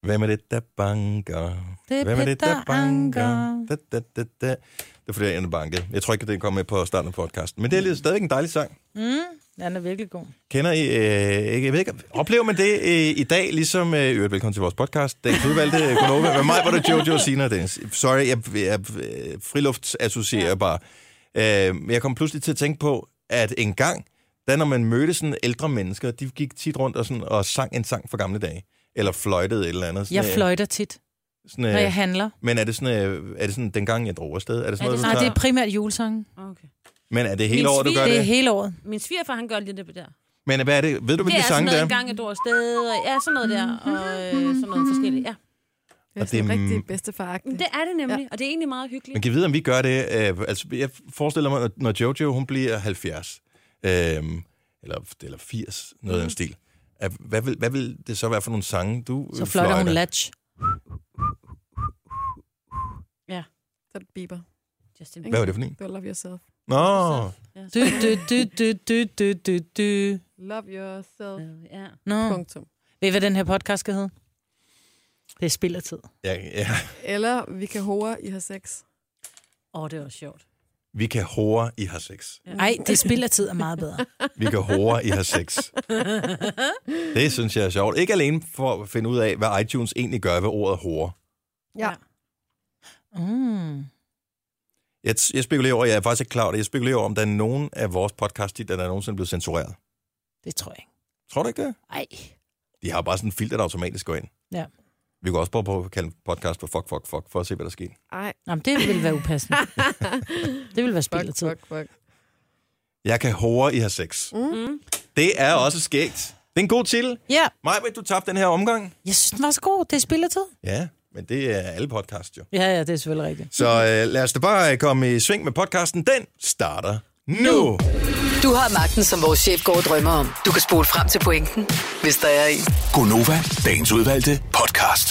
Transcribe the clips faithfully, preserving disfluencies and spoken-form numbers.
Hvem er det, der banker? Det er Hvem er det, der Peter banker? Anker. Da, da, da, da. Det er fordi, jeg er banket. Jeg tror ikke, at det kommer med på starten af podcasten. Men det er stadigvæk en dejlig sang. Mm, den er virkelig god. Kender I, øh, jeg ved ikke, oplever man det øh, i dag, ligesom, øh, øvrigt velkommen til vores podcast, dagens udvalgte Gonova. Med mig var det Jojo, Sina og Dennis. Sorry, jeg, jeg, jeg friluftsassocierer bare. Øh, men jeg kom pludselig til at tænke på, at en gang, da når man mødte sådan ældre mennesker, de gik tit rundt og, sådan, og sang en sang for gamle dage. Eller fløjtede et eller andet. Sådan, Jeg fløjter tit, sådan, når jeg handler. Men er det sådan, er det sådan dengang, jeg drog afsted? Er det sådan Er det, noget, nej, du det er primært julesangen. Okay. Men er det hele Min året, du gør Det er det? hele året. Min svigerfar, han gør lidt det der. Men hvad er det? Ved du, hvilke Det er sådan sange noget, det en er? gang jeg drog afsted, og ja, sådan noget der, og øh, sådan noget forskelligt, ja. Det er Og sådan det er- rigtig bedstefaragtigt. Det er det nemlig, Ja. og det er egentlig meget hyggeligt. Men kan I vide, om vi gør det? Øh, altså, jeg forestiller mig, når Jojo, hun bliver halvfjerds. Øh, eller, eller firs, noget af den stil. At, hvad, vil, hvad vil det så være for nogle sange, du Så fløjter hun latch. Så er det Bieber. Justin Hvad var det for en? Du love yourself. Nå, Du, du, du, du, du, du, du, du. Love yourself. Ja. Nå. Punktum. Ved I, hvad den her podcast skal hedde? Det er spillertid. ja, ja. Eller vi kan hore, I har sex. Åh, oh, det var sjovt. Vi kan hore, I har sex. Nej, det spillertid er meget bedre. Vi kan hore, I har sex. Det synes jeg er sjovt. Ikke alene for at finde ud af, hvad iTunes egentlig gør ved ordet hore. Ja. Mm. Jeg, jeg spekulerer over, jeg er faktisk ikke klar over det, jeg spekulerer over, om der er nogen af vores podcast, der er nogensinde blevet censureret. Det tror jeg ikke. Tror du ikke det? Ej. De har bare sådan en filter, der automatisk går ind. Ja. Vi kan også prøve på at kalde podcast for fuck, fuck, fuck, for at se, hvad der sker. Ej. Jamen, det ville være upassende. Det ville være Fuck, spillertid. fuck, fuck. Jeg kan hore, I har sex. Mm. Det er også skægt. Det er en god titel. Ja, Maja, du tabte den her omgang. jeg synes, den var så god. Det er spillertid. Ja, men det er alle podcast jo. Ja, ja, det er selvfølgelig rigtigt. Så øh, lad os da bare komme i sving med podcasten. Den starter nu. Du har magten, som vores chef går og drømmer om. Du kan spole frem til pointen, hvis der er en. Gonova, dagens udvalgte podcast.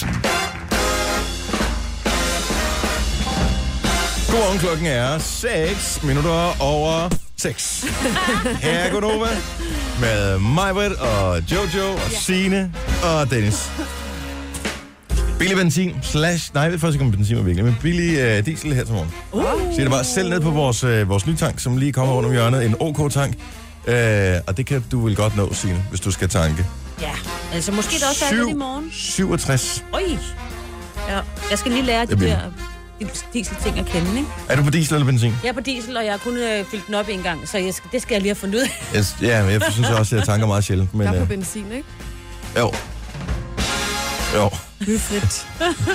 Godmorgen, klokken er seks minutter over seks. Her er Gonova med Majbert og Jojo og Signe og Dennis. Billig benzin slash... Nej, jeg ved faktisk ikke, om benzin var virkelig, men billig øh, diesel her til morgen. Uh. Så det bare selv ned på vores, øh, vores nye tank, som lige kommer rundt om hjørnet. En OK-tank. Øh, og det kan du vel godt nå, Signe, hvis du skal tanke. Ja, altså måske der også er lidt i morgen. syvogtres. Oj. Ja, jeg skal lige lære de Det bliver- der diesel-ting at kende, ikke? Er du på diesel eller benzin? Jeg er på diesel, og jeg har kun øh, fyldt den op en gang, så jeg skal, det skal jeg lige have fundet ud af. Jeg, ja, men jeg synes også, at jeg tanker meget sjældent. Men, Jeg er på øh, benzin, ikke? jo. Jo. Blyfrit.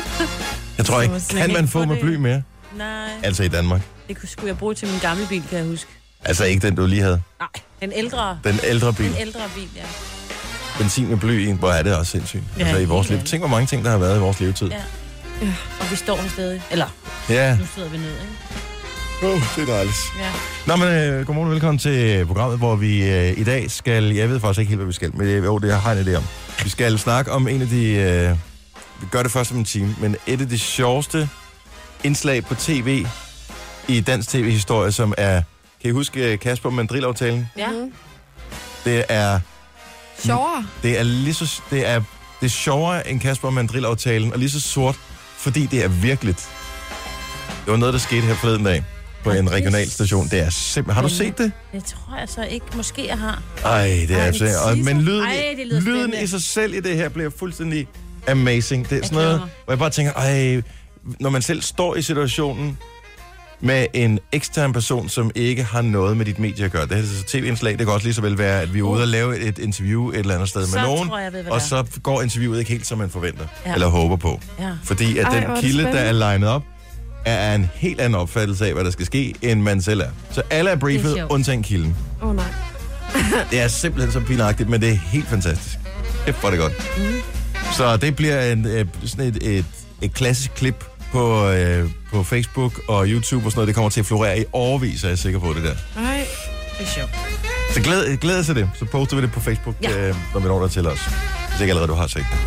Jeg tror ikke, Så kan man få med bly mere? Nej, Altså i Danmark. det kunne- skulle jeg bruge til min gamle bil, kan jeg huske. Altså ikke den, du lige havde. Nej, den ældre, Den ældre bil. den ældre bil, ja. Benzin med bly i, hvor er det også sindssygt. Ja, Altså i vores helt liv. vildt. Tænk, hvor mange ting, der har været i vores levetid. Ja. Og vi står her stadig. Eller, Ja. nu sidder vi ned, ikke? Oh, det er dejligt. Ja. Nå, men øh, godmorgen og velkommen til programmet, hvor vi øh, i dag skal... Jeg ved faktisk ikke helt, hvad vi skal, men øh, jo, det har jeg en idé om. Vi skal snakke om en af de... Øh, vi gør det først om en time, men et af de sjoveste indslag på tv i dansk tv-historie, som er... Kan I huske Kasper Mandrill-aftalen? Ja. Mhm. Det er... Sjovere. Det er lige så... Det er, det er sjovere end Kasper Mandrill-aftalen, og lige så sort, fordi det er virkeligt. Det var noget, der skete her forleden dag på Ej, en det er regional station. Det er simpelthen... Har du set det? Det tror jeg så ikke. Måske jeg har. Ej, det er Ej, altså... Og, teaser. men lyden, Ej, det lyder lyden spændende. i sig selv i det her bliver fuldstændig amazing. Det er Jeg sådan noget, glæder mig. hvor jeg bare tænker, ej, når man selv står i situationen med en ekstern person, som ikke har noget med dit medie at gøre. Det her er så tv-indslag. Det kan også lige så vel være, at vi er ude og lave et interview et eller andet sted Så med nogen, tror jeg, ved, hvad og det er. så går interviewet ikke helt, som man forventer, Ja. eller håber på. Ja. Fordi at Ej, den hvor er det kilde, der er spændende. legnet op, er en helt anden opfattelse af, hvad der skal ske, end man selv er. Så alle er Det briefet, er sjovt. undtagen kilden. Åh oh, nej. Det er simpelthen så pinagtigt, men det er helt fantastisk. Det var det godt. Mm. Så det bliver en, øh, sådan et, et, et klassisk klip på, øh, på Facebook og YouTube og sådan noget. Det kommer til at florere i årevis, er jeg sikker på det der. Nej. Det er sjovt. Så glæd, glæder til det. Så poster vi det på Facebook, Ja. øh, når vi når der til os. Hvis ikke allerede du har set det.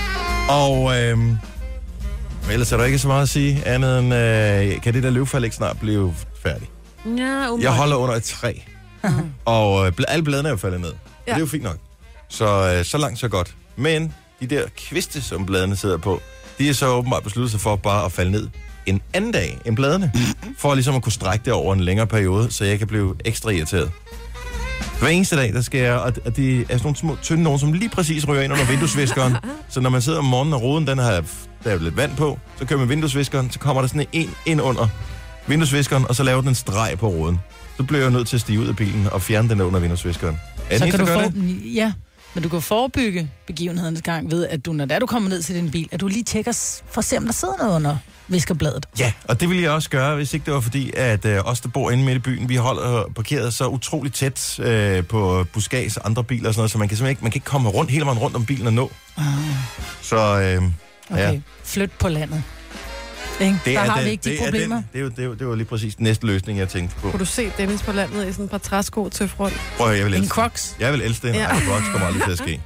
Og øh, ellers er der ikke så meget at sige andet end, øh, kan det der løvfald ikke snart blive færdig? Ja, Jeg holder under et træ. Og øh, bl- alle bladene er jo faldet ned. Ja. Ja. Det er jo fint nok. Så, øh, så langt, så godt. Men de der kviste, som bladene sidder på, de er så åbenbart besluttet sig for bare at falde ned en anden dag end bladene, for ligesom at kunne strække det over en længere periode, så jeg kan blive ekstra irriteret. Hver eneste dag, der skal jeg, og de er sådan nogle små tynde nogen, som lige præcis ryger ind under vinduesviskeren. Så når man sidder om morgenen, og roden den har, der er lidt vand på, så kører man vinduesviskeren, så kommer der sådan en ind under vinduesviskeren, og så laver den en streg på roden. Så bliver jeg nødt til at stige ud af bilen og fjerne den der under vinduesviskeren. Er så det kan eneste, du der for... gør det? Ja, men du kan forebygge begivenhedens gang ved, at du, når du kommer ned til din bil, at du lige tjekker for at se, om der sidder noget under viskerbladet. Ja, og det ville jeg også gøre, hvis ikke det var fordi, at øh, os, der bor inde midt i byen, vi holder parkeret så utroligt tæt øh, på buskads og andre biler og sådan noget, så man kan simpelthen ikke, man kan ikke komme rundt, hele vejen rundt om bilen og nå. Ah. Så øh, Okay, ja. flyt på landet. Ikke? Det Der er har den, vi ikke de det er problemer. Den, det, er jo, det, er jo, det var lige præcis den næste løsning, jeg tænkte på. Kunne du se Dennis på landet i sådan et par træsko tøf rundt? Prøv at høre, jeg vil En elske Crocs. Jeg vil elske det. Ja. Nej, Crocs kommer aldrig til at ske.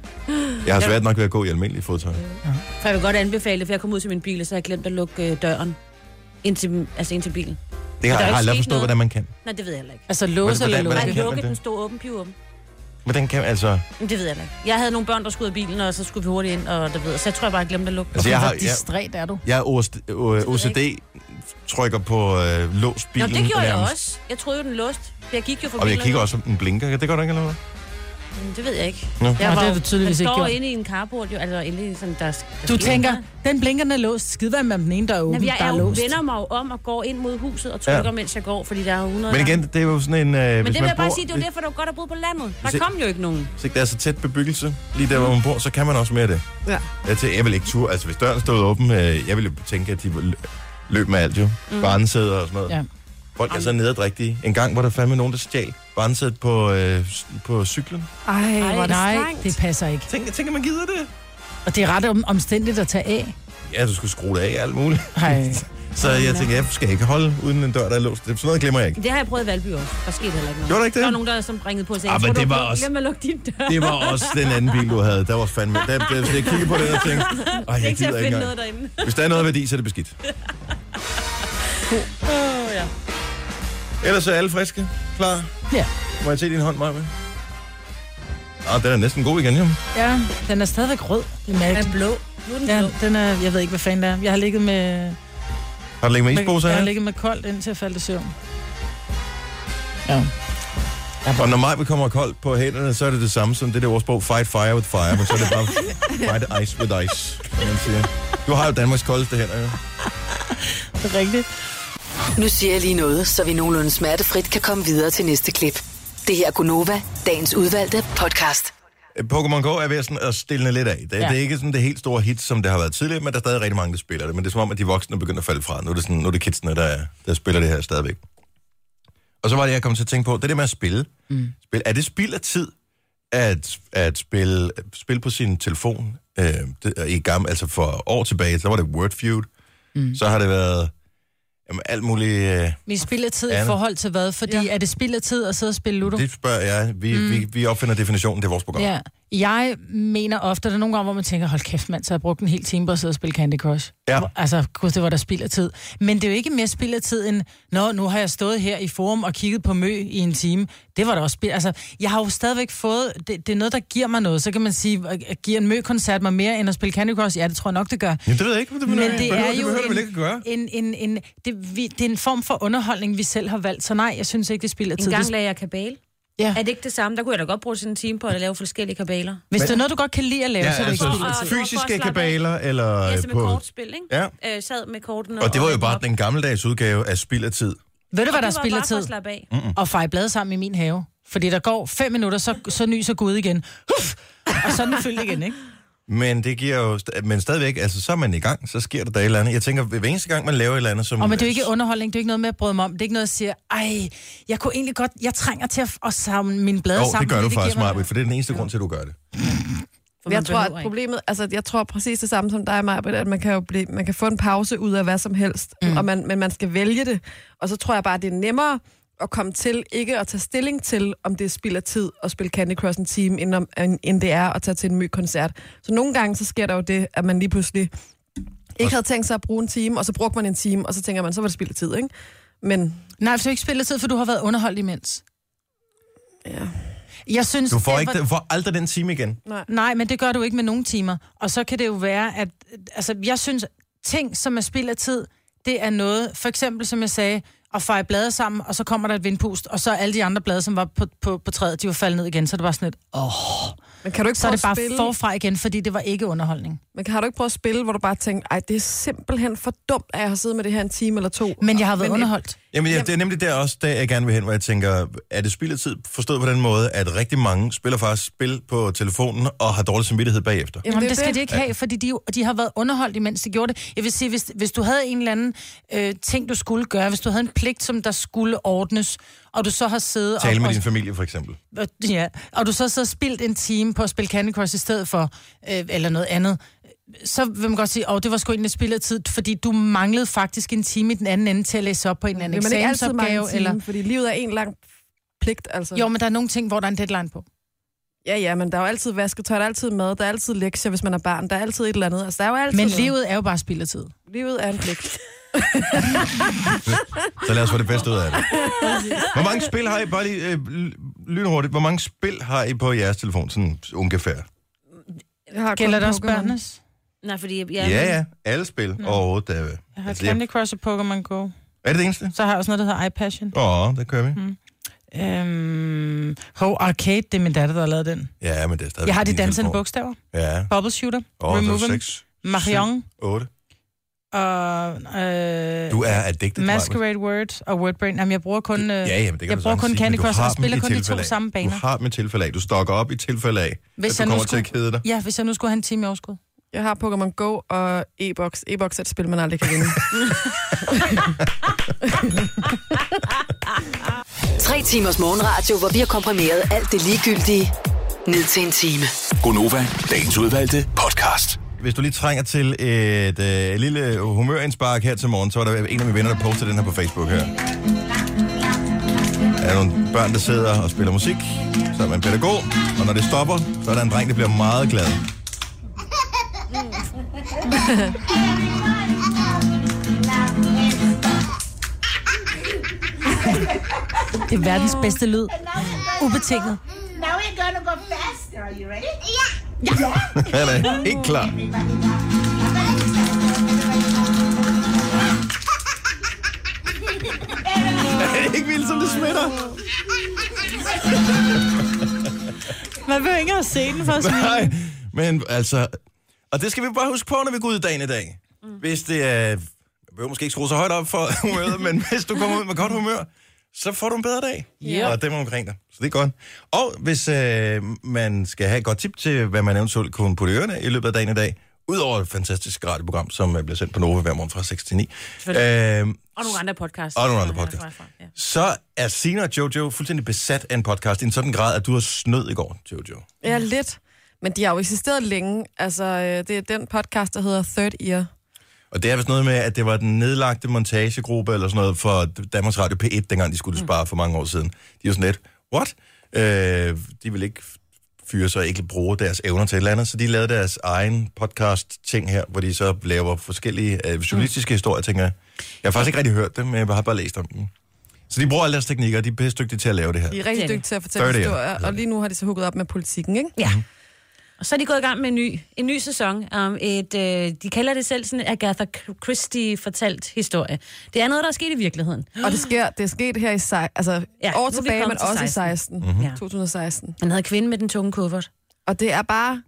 Jeg har svært nok ved at gå i almindelig fodtøj. For jeg vil godt anbefale det, for jeg kom ud til min bil, og så har jeg glemt at lukke øh, døren ind til, altså ind til bilen. Det har der er jeg ikke aldrig sket forstået, noget. hvordan man kan. Nej, det ved jeg heller ikke. Altså låse Hvordan- eller hvordan- lukke. hvordan Nej, kan man lukke det? den stod åben, piv åben. Hvordan kan altså... Men det ved jeg heller ikke. Jeg havde nogle børn, der skulle ud af bilen, og så skulle vi hurtigt ind, og det ved jeg. Så jeg tror, jeg bare glemte at lukke den. Altså, jeg har, Hvor jeg, distræt er du? jeg er O C D, trykker på øh, lås bilen. Nå, det gjorde jeg nærmest. også. Jeg troede jo, den låst. Jeg gik jo forbi. Og jeg kigger også, om den blinker. Det gør du ikke, eller hvad? Det ved jeg ikke. Nå. Jeg Nå, var, det har jo- du tydeligvis den ikke står gjort. inde i en carport, jo, altså inde i sådan, der, der Du sker tænker, noget. den blinker, den er låst. Skid være med den ene, der er åben, Jamen, jeg der er er jo, låst. vender mig jo om og går ind mod huset og trykker, Ja. mens jeg går, fordi der er hundrede Men igen, det er jo sådan en... Øh, Men hvis det vil man jeg bare bor, sige, det er jo derfor, det var godt at bo på landet. Hvis Der ikke- kom jo ikke nogen. Hvis ikke der er så tæt bebyggelse, lige der, hvor man bor, så kan man også mere det. Ja. Jeg, tænker, jeg vil ikke turde. Altså, hvis døren stod åben, øh, jeg ville jo tænke, at de ville løb med alt jo. Mm. Barnesæder og sådan noget. Ja. Folk er så nederdrægtige. En gang var der fandme nogen, der stjal barnesædet på, øh, på cyklen. Ej, hvor er det Nej, strengt. det passer ikke. Tænk, tænk, at man gider det. Og det er ret om, omstændigt at tage af. Ja, du skulle skrue det af alt muligt. Hej. Så jeg tænkte, jeg skal ikke holde uden en dør, der er låst. Det, sådan noget glemmer jeg ikke. Det har jeg prøvet i Valby også. Der skete heller ikke noget. Gjorde der ikke det? Der var nogen, der som ringede på og sagde, Ah, jeg men tror, det du var har også- glemt at lukke din dør. Det var også den anden bil, du havde. Der var fandme... Der, der, hvis jeg kiggede på det og tænkte, ej, Det er jeg ikke til at gider ikke finde engang. noget derinde. Hvis der er noget værdi, så er det beskidt. Åh, ja. Ellers er alle friske. Klar? Ja. Må jeg se din hånd, Maja? Ah, den er næsten god igen, jo. Ja, den er stadigvæk rød. Det er Den mærkeligt. er blå. Nu er den Ja, blå. den er, jeg ved ikke, hvad fanden det er. Jeg har ligget med, Har du ligget med med isposer jeg har her? ligget med koldt indtil jeg faldt i søvn. Ja. Og når mig kommer koldt på hænderne, så er det det samme som det der ordsprog, fight fire with fire, men så er det bare fight ice with ice, som man siger. Du har jo Danmarks koldeste hænder, jo. Det er rigtigt. Nu siger jeg lige noget, så vi nogenlunde smertefrit kan komme videre til næste klip. Det her er Gunova, dagens udvalgte podcast. Pokémon Go er ved sådan at stille lidt af. Det, ja. Ja. det er ikke sådan det helt store hit, som det har været tidligere, men der er stadig rigtig mange, der spiller det. Men det er som om, at de voksne er begyndt at falde fra. Nu er det, sådan, nu er det kidsene, der, der spiller det her stadigvæk. Og så var det, jeg kom til at tænke på, det der med at spille. Mm. Spil, er det spild af tid at, at spille, spille på sin telefon? Øh, det, i gamle, altså for år tilbage, så var det Wordfeud. Mm. Så har det været jamen, alt muligt... Øh, Vi spiller tid i Anne? forhold til hvad? Fordi Ja. er det spild af tid at sidde og spille Ludo? det spørger jeg. Vi, mm. vi, vi opfinder definitionen til vores program. Ja. Jeg mener ofte, at der er nogle gange, hvor man tænker, hold kæft mand, så har jeg brugt en hel time på at sidde og spille Candy Crush. Ja. Hvor- Altså, gud, det var der spild af tid. Men det er jo ikke mere spild af tid end, nå, nu har jeg stået her i forum og kigget på Mø i en time. Det var da også spild. Altså, jeg har jo stadigvæk fået, det, det er noget, der giver mig noget. Så kan man sige, at giver en Mø-koncert mig mere end at spille Candy Crush? Ja, det tror jeg nok, det gør. Jamen, det ved jeg ikke, men det, Men behøver- det behøver- er det jo behøver det vel en, ikke at gøre. en, en, en, det, vi, det er en form for underholdning, vi selv har valgt. Så nej, jeg synes ikke, det spilder En tid. gang Det- lagde jeg kabale. Ja. Er det ikke det samme? Der kunne jeg da godt bruge sådan en time på at lave forskellige kabaler. Hvis Men- det er noget, du godt kan lide at lave, Ja, så er det altså ikke spild af og- tid. for at fysiske slappe af. kabaler, eller Ja, øh, som et på... kortspil, ikke? Ja. Øh, sad med kortene. Og det var jo rækken bare op. den gammeldags udgave af spild af tid. Ved du, hvad Og der det var spilder bare for at tid? slappe af. Mm. Og feje blade sammen i min have. Fordi der går fem minutter, så, så nyser Gud igen. Huff! Og så er den fyldt igen, ikke? Men det giver jo... st- Men stadigvæk, altså så er man i gang, så sker der da et eller andet. Jeg tænker, hver eneste gang, man laver et eller andet, som... Og men det er jo ikke underholdning, det er ikke noget med at bryde mig om. Det er ikke noget, at sige, ej, jeg kunne egentlig godt, jeg trænger til at, at samle mine blade Jo, sammen. det gør du fordi faktisk, giver mig- Marbet, for det er den eneste grund til, at du gør det. For Jeg man tror, behøver at ikke. problemet, altså jeg tror præcis det samme som dig, Marbet, at man kan jo blive, man kan få en pause ud af hvad som helst, mm. og man, men man skal vælge det. Og så tror jeg bare, at det er nemmere at komme til ikke at tage stilling til, om det er spild af tid at spille Candy Crush en time, end, om, end det er at tage til en Mø-koncert. Så nogle gange, så sker der jo det, at man lige pludselig ikke havde tænkt sig at bruge en time, og så brugte man en time, og så tænker man, så var det spild af tid, ikke? Men Nej, for du ikke spiller tid, for du har været underholdt imens. ja... Jeg synes, Du får, det ikke, var... du får aldrig den time igen. Nej. Nej, men det gør du ikke med nogen timer. Og så kan det jo være, at... Altså, jeg synes, ting, som er spild af tid, det er noget... For eksempel, som jeg sagde, at feje blade sammen, og så kommer der et vindpust, og så alle de andre blade, som var på, på, på træet, de var faldet ned igen. Så det var sådan et... Åh... Men kan du ikke Så er det bare spille... forfra igen, fordi det var ikke underholdning. Men kan du ikke prøve at spille, hvor du bare tænker, ej, det er simpelthen for dumt, at jeg har siddet med det her en time eller to. Men jeg har været Men, underholdt. Jamen, ja, det er nemlig der også, der jeg gerne vil hen, hvor jeg tænker, er det spild af tid forstået på den måde, at rigtig mange spiller faktisk spil på telefonen og har dårlig samvittighed bagefter? Jamen, det, det skal det. de ikke have, fordi de, de har været underholdt, imens de gjorde det. Jeg vil sige, hvis, hvis du havde en eller anden øh, ting, du skulle gøre, hvis du havde en pligt, som der skulle ordnes, og du så har siddet... Tale og, med og, din familie, for eksempel. Ja, og du så har spildt en time på at spille Candy Crush i stedet for, øh, eller noget andet, så vil man godt sige, åh, det var sgu egentlig spild af tid, fordi du manglede faktisk en time i den anden ende til at læse op på en eller anden men ikke altid mange eksamensopgave. timer, Eller... fordi livet er en lang pligt, altså. Jo, men der er nogle ting, hvor der er en deadline på. Ja, ja, men der er jo altid vasketøj, der er altid mad, der er altid lektier, hvis man er barn, der er altid et eller andet. Altså, der er jo altid Men noget. livet er jo bare spild af tid. Livet er en pligt. Så lad os få det bedste ud af det. Hvor mange spil har I, bare lige øh, lynhurtigt, hvor mange spil har I på jeres telefon, sådan ungefær? Jeg har Gælder kun det også Pokémon. børnenes? Nej, fordi... Jeg, Ja, ja, alle spil overhovedet. Der, Jeg har altså, Candy Crush og Pokémon Go. er det det eneste? Så har jeg også noget, der hedder iPassion. Åh, oh, der kører vi. Mm. Øhm, Hov Arcade, det er min datter, der har lavet den. Ja, men det er stadig... Jeg har de din dansende telefon. bogstaver. Ja. Bubble Shooter. Åh, oh, Remove så er Them. seks, Marion. otte. Og... Øh, Du er addicted, Masquerade Word og Wordbrain. Jamen, jeg bruger kun... Øh, Ja, jamen, det kan jeg du bruger sagtens kun sige, Candy men du Crush, har og dem spiller i kun de to tilfælde af. samme baner. Du har dem i tilfælde af. Du stokker op i tilfælde af, Hvis at jeg du nu kommer til skulle- at kede dig. Ja, hvis jeg nu skulle have en time i overskud. Jeg har Pokémon Go og e-box. E-box er et spil, man aldrig kan vinde. Tre timers morgenradio, hvor vi har komprimeret alt det ligegyldige ned til en time. Gonova, dagens udvalgte podcast. Hvis du lige trænger til et øh, lille humørindspark her til morgen, så er der en af mine venner, der poster den her på Facebook her. Der er nogle børn, der sidder og spiller musik, så er man pædagog, og når det stopper, så er der en dreng, der bliver meget glad. Det er verdens bedste lyd. Ubetinget. Now we're gonna go faster. Are you ready? Yeah. Han er helt klar. Er det ikke vildt, som det smitter? Man vil ikke have se den for at smile. Nej, men altså... Og det skal vi bare huske på, når vi går ud dagen i dag. Hvis det er... Jeg vil måske ikke skrue så højt op for humøret, men hvis du kommer ud med godt humør, så får du en bedre dag. Ja. Og dem omkring dig. Så det er godt. Og hvis øh, man skal have et godt tip til, hvad man eventuelt kunne putte i ørerne i løbet af dagen i dag, udover et fantastisk radioprogram, som bliver sendt på Nova hver morgen fra seks til ni. Øh, Og nogle andre podcasts. Og nogle andre podcasts. Ja. Så er Signe og Jojo fuldstændig besat af en podcast i en sådan grad, at du har snød i går, Jojo. Ja, lidt. Men de har jo eksisteret længe. Altså, øh, det er den podcast, der hedder Third Ear. Og det er vist noget med, at det var den nedlagte montagegruppe eller sådan noget for Danmarks Radio P et, dengang de skulle spare for mange år siden. De er jo sådan lidt, what? Øh, de vil ikke fyre sig og ikke bruge deres evner til et eller andet, så de lavede deres egen podcast-ting her, hvor de så laver forskellige øh, journalistiske historier, tænker jeg. Jeg har faktisk ikke rigtig hørt dem, men jeg har bare læst om dem. Så de bruger alle deres teknikker, og de er pisse dygtige til at lave det her. De er rigtig Det er dygtige det. til at fortælle Third Ear. historier, og lige nu har de så hugget op med politikken, ikke? Ja. Og så er de gået i gang med en ny, en ny sæson. Um, et, øh, de kalder det selv sådan en Agatha Christie fortalt historie. Det er noget, der er sket i virkeligheden. Og det sker, det er sket her i sej, altså Ja, ja, nu år er vi tilbage, kommet men til også i seksten. seksten. Ja. to tusind og seksten. Han havde kvinde med den tunge kuffert. Og det er bare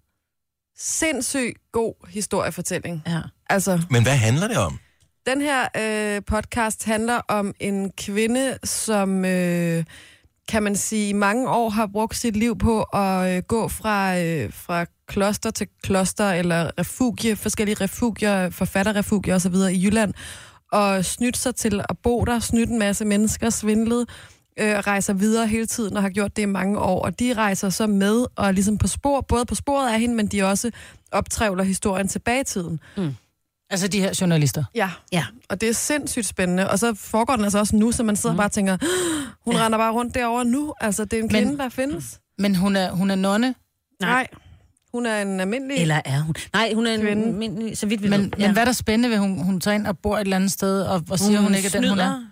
sindssygt god historiefortælling. Ja. Altså, Men hvad handler det om? den her øh, podcast handler om en kvinde, som, øh, kan man sige, i mange år har brugt sit liv på at øh, gå fra, øh, fra kloster til kloster, eller refugie, forskellige refugier, forfatterrefugier osv. i Jylland, og snydt sig til at bo der, snydt en masse mennesker, svindlet, øh, rejser videre hele tiden og har gjort det i mange år. Og de rejser så med og er ligesom på spor, både på sporet af hende, men de også optrævler historien tilbage i tiden. Mm. Altså de her journalister. Ja. Ja. Og det er sindssygt spændende. Og så foregår den altså også nu, så man sidder mm. bare og tænker, hun ja. render bare rundt derovre nu. Altså, det er en kvinde, Men- der findes. Men hun er, hun er nonne. Nej. Hun er en almindelig... Eller er hun? Nej, hun er en, Kvinde. men, så vidt vi Men, ved. men hvad er der spændende ved, hun, hun tager ind og bor et eller andet sted, og, og siger, hun, hun ikke er den, hun er?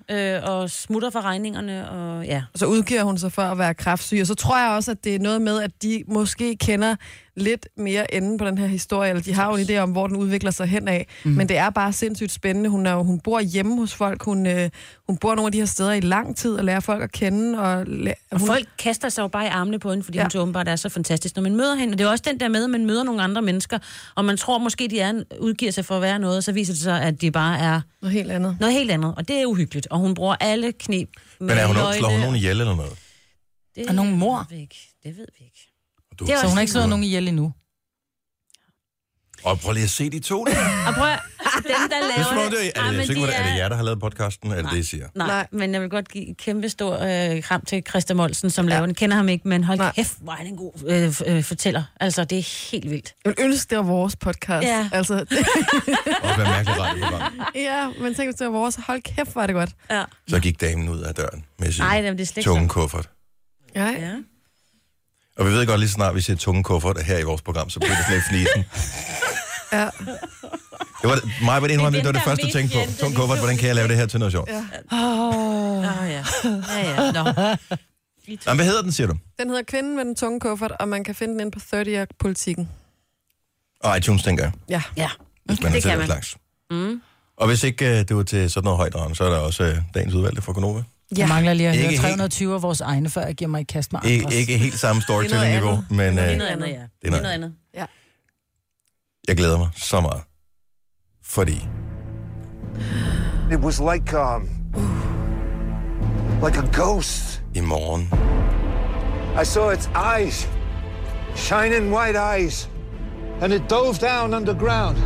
øh, og smutter for regningerne, og ja. Og så udgiver hun sig for at være kræftsyg, og så tror jeg også, at det er noget med, at de måske kender lidt mere enden på den her historie, eller de har jo en idé om, hvor den udvikler sig henad, mm. men det er bare sindssygt spændende. Hun, er jo, hun bor hjemme hos folk, hun, øh, hun bor nogle af de her steder i lang tid, og lærer folk at kende. Og, læ- og hun... folk kaster sig jo bare i armene på hende, fordi ja. hun så åbenbart er så fantastisk, når man møder hende. Og det er også den der med, at man møder nogle andre mennesker, og man tror måske, de er, udgiver sig for at være noget, og så viser det sig, at de bare er noget helt andet. Noget helt andet, og det er uhyggeligt. Og hun bruger alle knep med Men er hun, løgne. slår hun nogen ihjel eller noget? Det og nogen mor? Ved vi ikke. Det ved vi ikke. Du, det så hun har ikke slået nogen ihjel endnu? Og prøv lige at se de to der. Og prøv at, dem, der laver det. Er det, ja, er, det, de er... er det jer, der har lavet podcasten? Er det nej, det, I siger? Nej, nej, men jeg vil godt give et kæmpe stor øh, kram til Christa Molsen, som ja. laver den. Kender ham ikke, men hold nej. kæft, hvor er han en god øh, øh, fortæller. Altså, det er helt vildt. Jeg vil ønske, det var vores podcast. Ja. Altså, det... og være mærkeligt radioprogram. Ja, men tænk, hvis det var vores. Hold kæft, var det godt. Ja. Så gik damen ud af døren med sin Ej, det er slet tunge kuffert. Ja. ja. Og vi ved godt lige snart, vi siger tunge kuffert her i vores program, så bliver det slet flisen. Ja. Det var mig, hvad det indrømme, det var det første, jeg tænkte på. Tung kuffert, hvordan kan jeg lave det her til noget sjovt? Ja. Åh, oh. oh, ja. Ja, ja. Nå. Jamen, hvad hedder den, siger du? Den hedder Kvinden med den tunge kuffert, og man kan finde den inde på tredier-politikken. Og iTunes, tænker jeg. Ja. Ja, hvis man det har kan man. Slags. Mm. Og hvis ikke uh, det var til sådan noget højt, så er der også uh, dagens udvalgte fra Gonova. Ja. Jeg mangler lige at høre ikke tre hundrede og tyve af vores egne, før jeg giver mig i kast med andres. Ikke, ikke helt samme storytelling-niveau, men... Uh, det er noget andet, ja. Det er noget andet. Ja. Jeg glæder mig så meget. Fordi... It was like, um... like a ghost. I morgen... I saw its eyes. Shining white eyes. And it dove down underground.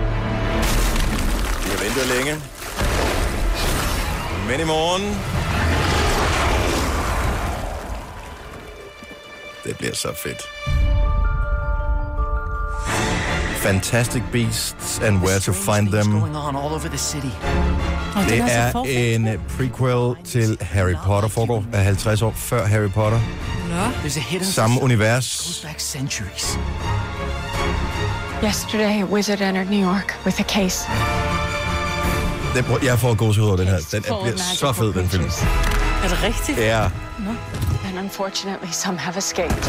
Vi har ventet længe. Men i morgen... Det bliver så fedt. Fantastic Beasts and Where to Find Them. Det er en prequel til Harry Potter, foregår af halvtreds år før Harry Potter. Samme univers. Yesterday, a wizard entered New York with a case. Den, jeg får gåsehud over den her. Den er, bliver så fed, den film. Er det rigtigt? Ja. No. And unfortunately, some have escaped.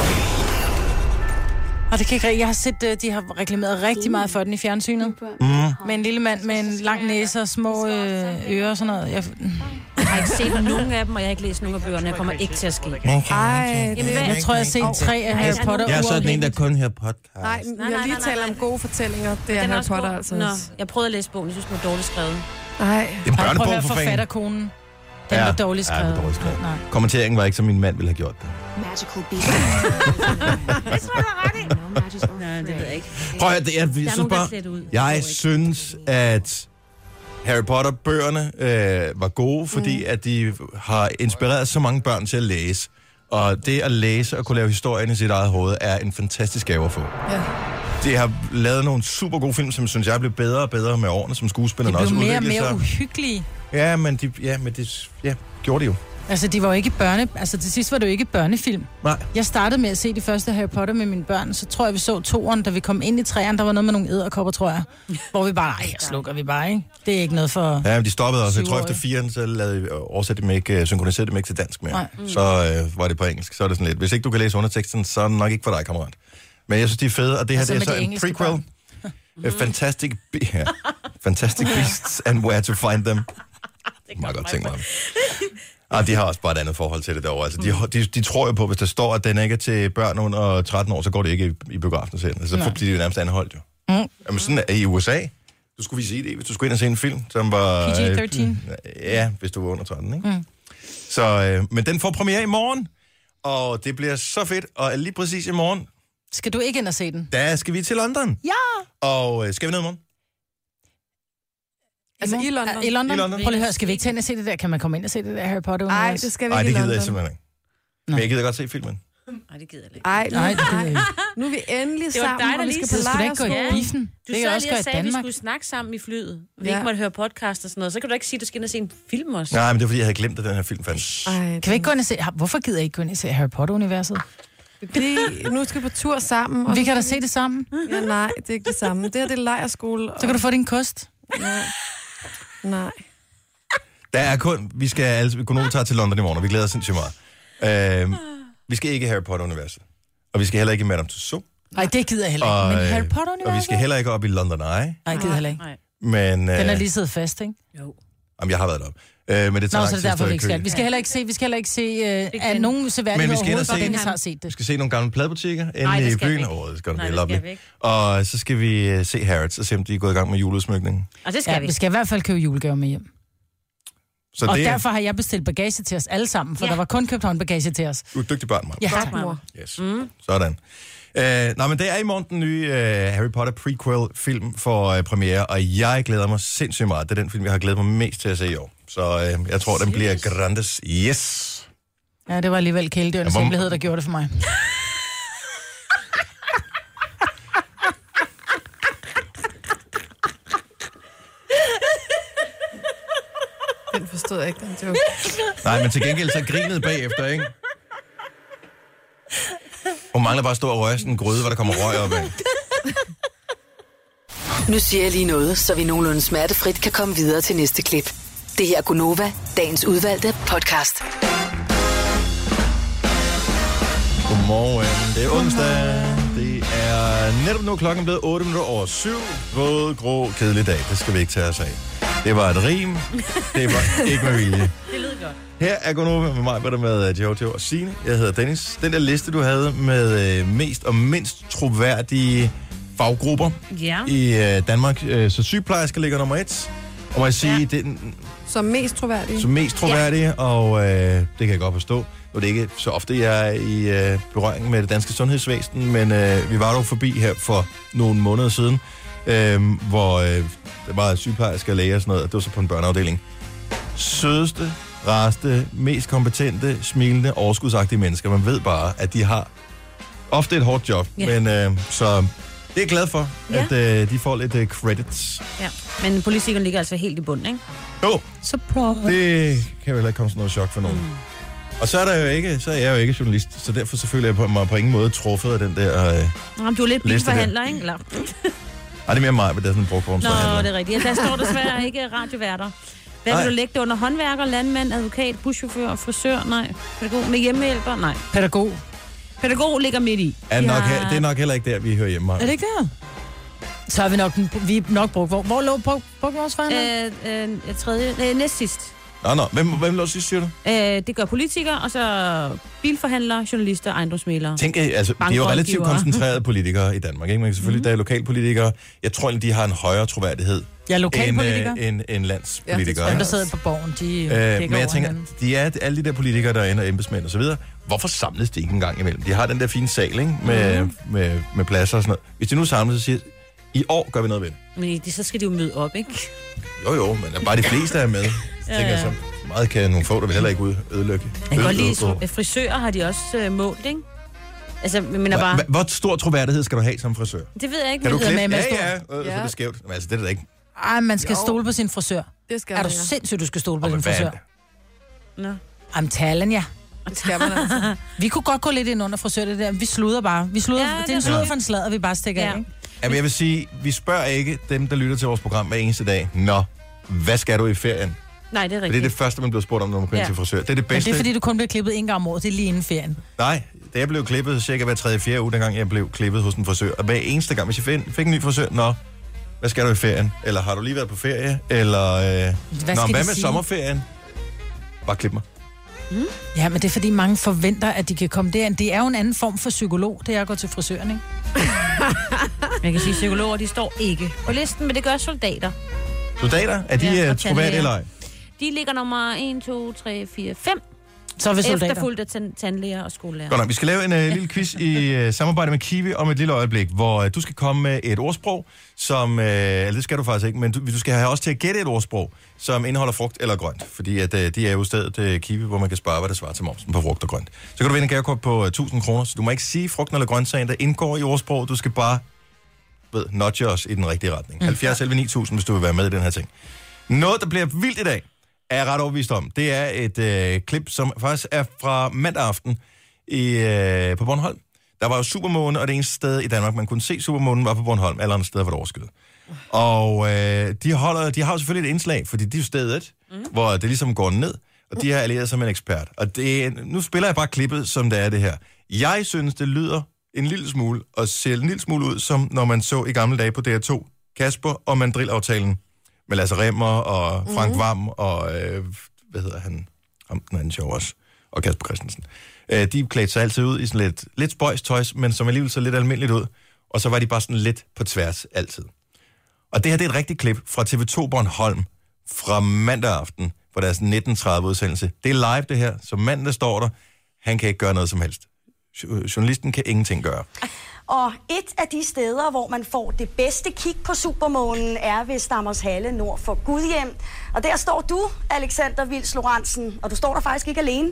Og det kan ikke, jeg har set, de har reklameret rigtig meget for den i fjernsynet. Mm. Med en lille mand med en lang næse og små øh, ører og sådan noget. Jeg... jeg har ikke set nogen af dem, og jeg har ikke læst nogen af bøgerne. Jeg kommer ikke til at ske. Ej, det... Jeg tror, jeg har set tre af Harry Potter. Jeg er sådan en, der kun hører podcast. Nej, jeg har lige talt om gode fortællinger. Det er Harry Potter, altså. Nå, jeg prøvede at læse bogen. Jeg synes, den var dårligt skrevet. Nej. Det er en børnebog for fanden. Forfatterkonen. Den ja. var dårligt skrevet. Ja, det var dårligt skrevet. Nej. Kommenteringen var ikke, som min mand ville have gjort det. Magical beast. Det tror jeg ret i. Nej, det ved jeg ikke. Prøv at jeg, jeg, jeg, synes bare, jeg synes, at Harry Potter-bøgerne øh, var gode, fordi mm. at de har inspireret så mange børn til at læse. Og det at læse og kunne lave historien i sit eget hoved, er en fantastisk gave at få. Ja. De har lavet nogle super gode film, som synes jeg blev bedre og bedre med årene, som skuespillerne også udviklede sig. De blev mere og mere uhyggelige. Ja, men de, ja, men det ja, gjorde de jo. Altså, de var jo ikke børne... Altså, til sidst var det jo ikke børnefilm. Nej. Jeg startede med at se de første Harry Potter med mine børn, så tror jeg, vi så toeren, da vi kom ind i træerne. Der var noget med nogle edderkopper, tror jeg. Hvor vi bare, nej, her slukker vi bare, ikke? Det er ikke noget for... Ja, men de stoppede også. Jeg tror, efter firen, så lavede oversætte dem ikke, synkroniserede dem ikke til dansk mere. Mm. Så øh, var det på engelsk. Så er det sådan lidt, hvis ikke du kan læse underteksten, så er det nok ikke for dig, kammerat. Men jeg synes, de er fede, og det her altså, det er så de en prequel. Mm. Fantastic, Be- ja. Fantastic Beasts and Where to Find Them. Det kan godt tænke mig. Ah, de har også bare et andet forhold til det derovre. Altså, de, de, de tror jo på, hvis der står, at den ikke er til børn under tretten år, så går det ikke i, i biografen selv. Altså, så bliver de nærmest anholdt jo. Mm. Jamen sådan er i U S A. Du skulle vise det, hvis du skulle ind og se en film, som var... P G tretten. Øh, ja, hvis du var under tretten, ikke? Mm. Så, øh, men den får premiere i morgen, og det bliver så fedt. Og lige præcis i morgen... Skal du ikke ind og se den? Der skal vi til London. Ja! Og øh, skal vi ned i morgen? Altså i London. I London? I London. Prøv lige at høre, skal vi ikke tage ind og se det der? Kan man komme ind og se det der Harry Potter? Nej, det skal vi Ej, ikke i det gider London. jeg simpelthen ikke. Men jeg gider godt se filmen. Nej, det gider jeg ikke. Ej, Nej, det gider jeg ikke. Nu er vi endelig Det var sammen, dig, der og vi lige skal på Så skal du ikke gå i lejrskole. biffen. Du Det kan sad også lige gøre og i sagde, at vi Danmark. skulle snakke sammen i flyet. Vi Ja. ikke måtte høre podcast og sådan noget. Så kan du ikke sige, at du skal ind og se en film også. Nej, men det er fordi, jeg havde glemt, at den her film fandt. Ej, Kan vi ikke gå ind og se... Hvorfor gider jeg ikke gå ind og se Harry Potter-universet? Fordi nu skal vi på tur sammen. Og Vi kan da se det sammen. Ja, nej, det er ikke det samme. Det her, det er lejrskole. Og... Så kan du få din kost. Nej. Nej. Der er kun... Vi skal altså... Konoba tager til London i morgen, og vi glæder os sindssygt meget. Øh, vi skal ikke i Harry Potter-universet. Og vi skal heller ikke i Madame Tussauds. Nej, det gider jeg heller ikke. Og, Men Harry Potter-universet? Og vi skal heller ikke op i London Eye. Nej, jeg gider heller ikke. Men, Den er øh, lige siddet fast, ikke? Jo. Jamen, jeg har været deroppe. Øh, men det tager Nå, lang så tid det er at derfor, stå vi i ikke kø. skal. Vi skal heller ikke se, vi skal heller ikke se, øh, at nogen seværdighed Men vi skal ind og overhovedet, se- Dennis har set det. Vi skal se nogle gamle pladebutikker inde Nej, det i skal vi byen. ikke. Åh, det skal Nej, blive det lovely. skal vi ikke. Og så skal vi uh, se Harrods og se, om de er gået i gang med juleudsmykningen. Og det skal Ja, vi. vi skal i hvert fald købe julegaver med hjem. Så Og det derfor har jeg bestilt bagage til os alle sammen, for Ja. der var kun købt håndbagage til os. Du er et dygtigt barn, Maja. Ja, Godt, tak. mor. Yes. Mm. Sådan. Uh, nå, men det er i morgen den nye uh, Harry Potter prequel-film for uh, premiere, og jeg glæder mig sindssygt meget. Det er den film, jeg har glædet mig mest til at se i år. Så uh, jeg tror, den bliver grandes. Yes! Ja, det var alligevel kæledyrenes Ja, hvor- hemmelighed, der gjorde det for mig. Den forstod jeg ikke, den joke. Nej, men til gengæld så grinede bagefter, ikke? Hun mangler bare at stå og røre sådan en gryde, hvor der kommer røg op af. Nu siger jeg lige noget, så vi nogenlunde smertefrit kan komme videre til næste klip. Det her er Gunova, dagens udvalgte podcast. Godmorgen, det er onsdag. Det er netop nu klokken blevet otte minutter over syv. Våd, grå, kedelig dag. Det skal vi ikke tage os af. Det var et rim. Det var ikke med vilje. Det lyder godt. Her er Gunova med mig, der med Jojo og Signe. Jeg hedder Dennis. Den der liste, du havde med øh, mest og mindst troværdige faggrupper Ja. i øh, Danmark. Øh, så sygeplejersker ligger nummer et. Og må jeg sige, ja. det er den Som mest troværdig. som mest troværdige, ja. og øh, det kan jeg godt forstå. Nu er det ikke så ofte, jeg er i øh, berøring med det danske sundhedsvæsen, men øh, vi var dog forbi her for nogle måneder siden, øh, hvor øh, der var sygeplejersker og læger og sådan noget, og det var så på en børneafdeling. Sødeste, rareste, mest kompetente, smilende, overskudsagtige mennesker. Man ved bare, at de har ofte et hårdt job, Ja. men øh, så det er jeg glad for, Ja. at øh, de får lidt øh, credits. Ja. Men politikeren ligger altså helt i bunden, ikke? Jo, Surprise. det kan jo heller ikke komme sådan noget chok for nogen. Mm. Og så er der jo ikke, så er jeg jo ikke journalist, så derfor så føler jeg på mig på ingen måde truffet af den der... Øh, Jamen, du er lidt Liste der. bilforhandler, ikke? Eller... ej, det er mere mig, men det er sådan en brugtvognsforhandler. Nå, det er rigtigt. Ja, der står desværre ikke radioværter. Hvad Nej. vil du lægge det under? Håndværker, landmand, advokat, buschauffør, frisør? Nej. Pædagog med hjemmehjælper? Nej. Pædagog. Pædagog ligger midt i. Er De nok, har- Det er nok heller ikke der, vi hører hjemme. Er det ikke der? Så har vi nok, vi er nok brugt. Hvor, hvor lå brug, brugtvognsforhandler? Øh, øh, tredje, øh, næst sidst. Nå, nå. Hvem, hvem lå sidst, siger du? Øh, det gør politikere, og så bilforhandlere, journalister, ejendomsmælere. Tænk, altså, de er jo relativt Bankrådgivere. koncentrerede politikere i Danmark, ikke? Man kan selvfølgelig, mm. der er lokalpolitikere. Jeg tror egentlig, de har en højere troværdighed Jeg er end, lokalpolitiker. øh, end, end landspolitikere. Ja, Dem, Ja, der sidder på borgen, de øh, øh, men jeg tænker, de er alle de der politikere, der er inde og embedsmænd og så videre. Hvorfor samles de ikke en gang imellem? De har den der fine sal, ikke? Med, mm. med, med pladser og sådan noget. Hvis de nu samles og siger, i år gør vi noget ved det. Men det, så skal de jo møde op, ikke? Jo, jo, men bare de fleste er med. Jeg Ja, tænker, ja. så meget kan nogle få, der vil heller ikke ud ødelægge. Jeg kan godt lide, Øde- at frisører har de også øh, målt, ikke? Altså, jeg mener Hva- bare... hva- Hvor stor troværdighed skal du have som frisør? Det ved jeg ikke. Kan du men- klippe? med- Ja, med ja, stor- øh, så er Ja. det skævt. Men altså, det er da ikke... Ej, man skal Jo. stole på sin frisør. Det skal Er du man, ja. sindssygt, du skal stole på Åh, din men hvad er frisør? det? Nå. Jamen, talen, ja. Det skal man altså. Vi kunne godt gå lidt ind under frisør, det der. Vi sluder bare. Vi sluder, Ja, ja, det det er er en sludder rigtigt. for en sladder, vi bare stikker Ja. af, ikke? Jamen, jeg vil sige, vi spørger ikke dem, der lytter til vores program hver eneste dag. Nå, hvad skal du i ferien? Nej, det er For rigtigt. det er det første, man bliver spurgt om, når man kommer Ja. ja. til frisør. Det er det Men bedste. det er fordi, du kun bliver klippet en gang om året. Det er lige inden ferien. Nej, da jeg blev klippet cirka hver tredje fjerde uge, dengang jeg blev klippet hos en frisør. Og hver eneste gang, hvis jeg fik, fik en ny frisør, nå, hvad skal du i ferien? Eller har du lige været på ferie? Eller, øh, Hvad nå, skal hvad de med sige? sommerferien? Bare klip mig. Ja, men det er fordi, mange forventer, at de kan komme derind. Det er jo en anden form for psykolog, det er at gå til frisøren, ikke? Jeg kan sige, at psykologer, de står ikke på listen, men det gør soldater. Soldater, er de Ja, ja, og troværdige tandlæger. eller ej? De ligger nummer et, to, tre, fire, fem. Så er vi soldater. Efterfulgt af tan- tandlæger og skolelærer. Godt nok, vi skal lave en uh, lille quiz i uh, samarbejde med Kiwi om et lille øjeblik, hvor uh, du skal komme med et ordsprog, som, uh, eller det skal du faktisk ikke, men du, du skal have også til at gætte et ordsprog, som indeholder frugt eller grønt, fordi at, uh, de er jo stedet uh, Kiwi, hvor man kan spare, hvad det svarer til momsen på frugt og grønt. Så kan du vinde en gavekort på uh, tusind kroner, så du må ikke sige frugten eller grøntsagen, der indgår i ordsprog, du skal bare, ved, nudge os i den rigtige retning. Mm. halvfjerds elleve ni tusind, hvis du vil være med i den her ting. Noget, der bliver vildt i dag, er jeg ret overbevist om. Det er et øh, klip, som faktisk er fra mandag aften i, øh, på Bornholm. Der var jo supermåne, og det eneste sted i Danmark, man kunne se supermånen, var på Bornholm. Alle andre steder var det overskyet. Og øh, de, holder, de har jo selvfølgelig et indslag, fordi de er jo stedet, mm. hvor det ligesom går ned, og de har allieret som en ekspert. Og det, nu spiller jeg bare klippet, som det er det her. Jeg synes, det lyder en lille smule, og ser en lille smule ud, som når man så i gamle dage på D R to, Kasper og Mandrill-aftalen med Lasse Remmer og Frank mm. Vam og, øh, hvad hedder han, ham den anden sjov også, og Kasper Christensen. Øh, de klædte sig altid ud i sådan lidt, lidt spøjstøjs, men som alligevel så lidt almindeligt ud, og så var de bare sådan lidt på tværs altid. Og det her, det er et rigtigt klip fra T V to Bornholm fra mandag aften, hvor der er sådan nitten tredive udsendelse. Det er live det her, så manden, der står der, han kan ikke gøre noget som helst. Journalisten kan ingenting gøre. Og et af de steder, hvor man får det bedste kig på supermånen, er ved Stammershalle nord for Gudhjem. Og der står du, Alexander Vils Lorentzen, og du står der faktisk ikke alene.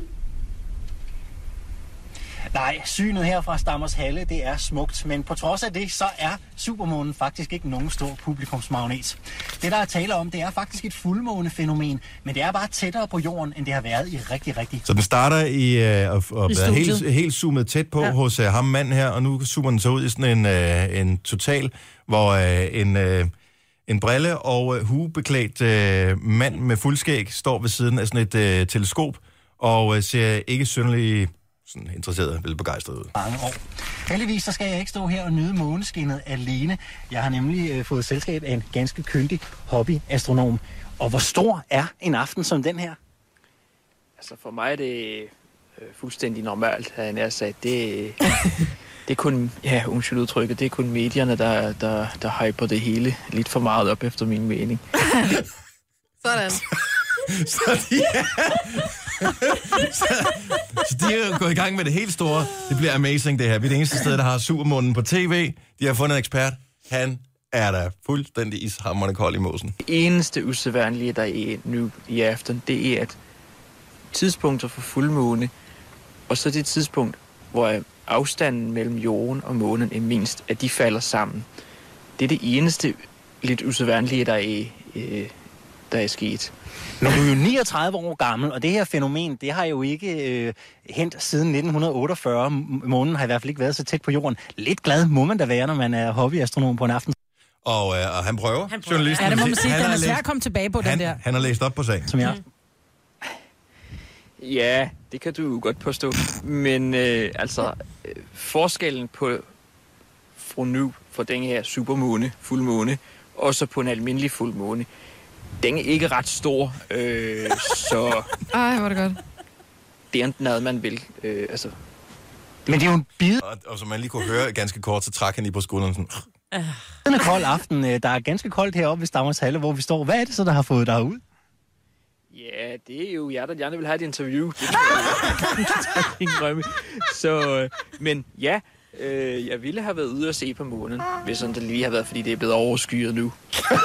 Nej, synet her fra Stammershalle, det er smukt, men på trods af det, så er supermånen faktisk ikke nogen stor publikumsmagnet. Det, der er tale om, det er faktisk et fuldmånefænomen, men det er bare tættere på jorden, end det har været i rigtig, rigtig... Så den starter i øh, at, at være helt, helt zoomet tæt på ja. hos øh, ham manden her, og nu zoomer den så ud i sådan en, øh, en total, hvor øh, en... Øh, En brille og øh, huebeklædt øh, mand med fuldskæg står ved siden af sådan et øh, teleskop, og øh, ser ikke synderligt sådan interesseret eller begejstret ud. Mange år. Heldigvis så skal jeg ikke stå her og nyde måneskinnet alene. Jeg har nemlig øh, fået selskab af en ganske kyndig hobbyastronom. Og hvor stor er en aften som den her? Altså for mig er det øh, fuldstændig normalt, har jeg nær sagt. Det, det er kun, ja, undskyld udtrykket, det er kun medierne, der, der, der hyper det hele lidt for meget op efter min mening. Sådan. Så de er... så, så de er gået i gang med det helt store. Det bliver amazing, det her. Vi er det eneste sted, der har supermånen på tv. De har fundet en ekspert. Han er der fuldstændig ishamrende kold i mosen. Det eneste usædvanlige, der er nu i aften, det er, at tidspunkter for fuldmåne, og så det tidspunkt, hvor afstanden mellem jorden og månen er mindst, at de falder sammen. Det er det eneste lidt usædvanlige, der er, øh, der er sket. Men du er jo niogtredive år gammel, og det her fænomen, det har jo ikke øh, hent siden nitten otteogfyrre. Månen har i hvert fald ikke været så tæt på jorden. Lidt glad må man da være, når man er hobbyastronom på en aften. Og, øh, og han prøver. Han prøver. Ja, det må man sige. Den er svært at komme tilbage på, han, den der. Han har læst op på sagen. Som jeg. Ja, det kan du godt påstå. Men øh, altså, øh, forskellen på fra nu, for den her supermåne, fuldmåne, og så på en almindelig fuldmåne, den er ikke ret stor, øh, så... Ej, hvor er det godt. Det er noget, man vil, øh, altså... Men det er jo en bid... Og, og som man lige kunne høre ganske kort, så trak han lige på skulderen sådan... Det er en kold aften. Der er ganske koldt heroppe ved Stammershalle, hvor vi står. Hvad er det så, der har fået dig ud? Ja, det er jo jer, der gerne vil have et interview. Det er ingen drømme. Så, øh, men ja, øh, jeg ville have været ude og se på månen, hvis sådan det lige har været, fordi det er blevet overskyet nu.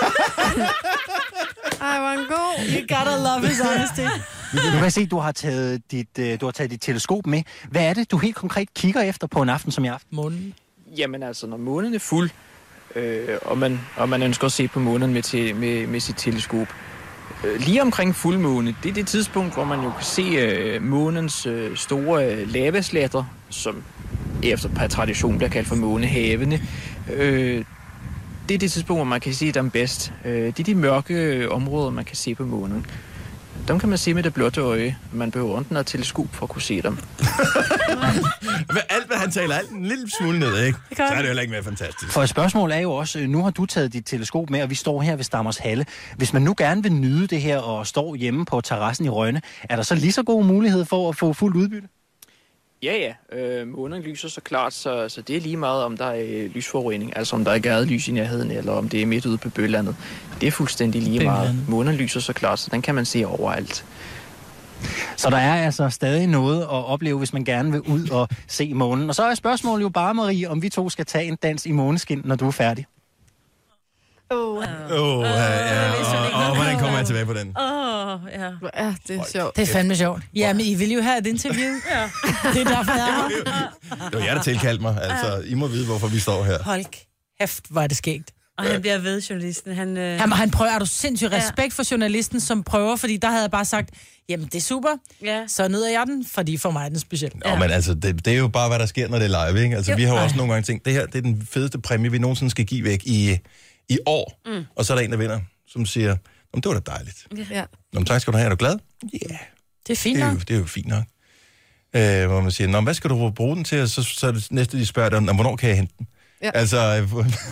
Ej, hvor en god. You gotta love his honesty. Du kan se, du har taget dit, du har taget dit teleskop med. Hvad er det, du helt konkret kigger efter på en aften som i aften? Månen. Jamen altså, når månen er fuld, øh, og, man, og man ønsker at se på månen med, te, med, med sit teleskop, øh, lige omkring fuldmåne, det er det tidspunkt, hvor man jo kan se øh, månens øh, store øh, lavaslatter, som efter per tradition bliver kaldt for månehavene. Øh, det er det tidspunkt, hvor man kan se dem bedst. Øh, det er de mørke øh, områder, man kan se på månen. Dem kan man se med det blotte øje. Man behøver enten et teleskop for at kunne se dem. Alt, hvad han taler, alt en lille smule ned, ikke? Så er det jo heller ikke mere fantastisk. For et spørgsmål er jo også, nu har du taget dit teleskop med, og vi står her ved Stammershalle. Hvis man nu gerne vil nyde det her og står hjemme på terrassen i Rønne, er der så lige så god mulighed for at få fuldt udbytte? Ja, ja. Øh, månen lyser så klart, så, så det er lige meget, om der er øh, lysforurening, altså om der er gadelys i nærheden, eller om det er midt ude på bøllandet. Det er fuldstændig lige meget. Månen lyser så klart, så den kan man se overalt. Så der er altså stadig noget at opleve, hvis man gerne vil ud og se månen. Og så er spørgsmålet jo bare, Marie, om vi to skal tage en dans i måneskin, når du er færdig. Åh, oh. oh, ja, ja. Og, og hvordan kommer jeg tilbage på den? Åh, oh, ja. Ja, det er sjovt. Det er fandme sjovt. Jamen, I vil jo have et interview. Ja. Det er derfor, jeg er Det var jer, der tilkaldte mig. Altså, I må vide, hvorfor vi står her. Hold kæft, hvor er det skægt. Og han bliver ved, journalisten. Han, øh... Jamen, han prøver, er du sindssygt respekt for journalisten, som prøver, fordi der havde jeg bare sagt, jamen, det er super, ja. Så nyder jeg den, fordi for mig er den speciel. Nå, ja. Men altså, det, det er jo bare, hvad der sker, når det er live, ikke? Altså, jo. Vi har jo også nogle gange tænkt, det her, det er den fedeste præmie, vi nogensinde skal give væk i, i år. Mm. Og så er der en, der vinder, som siger, det var da dejligt. Ja. Nå, tak skal du have. Er du glad? Ja. Yeah. Det er fint det er, nok. jo, det er jo fint nok. Øh, hvor man siger, nå, hvad skal du bruge den til? Og så, så er det næste, de spørger dig, hvornår kan jeg hente den? Ja. Altså... Øh,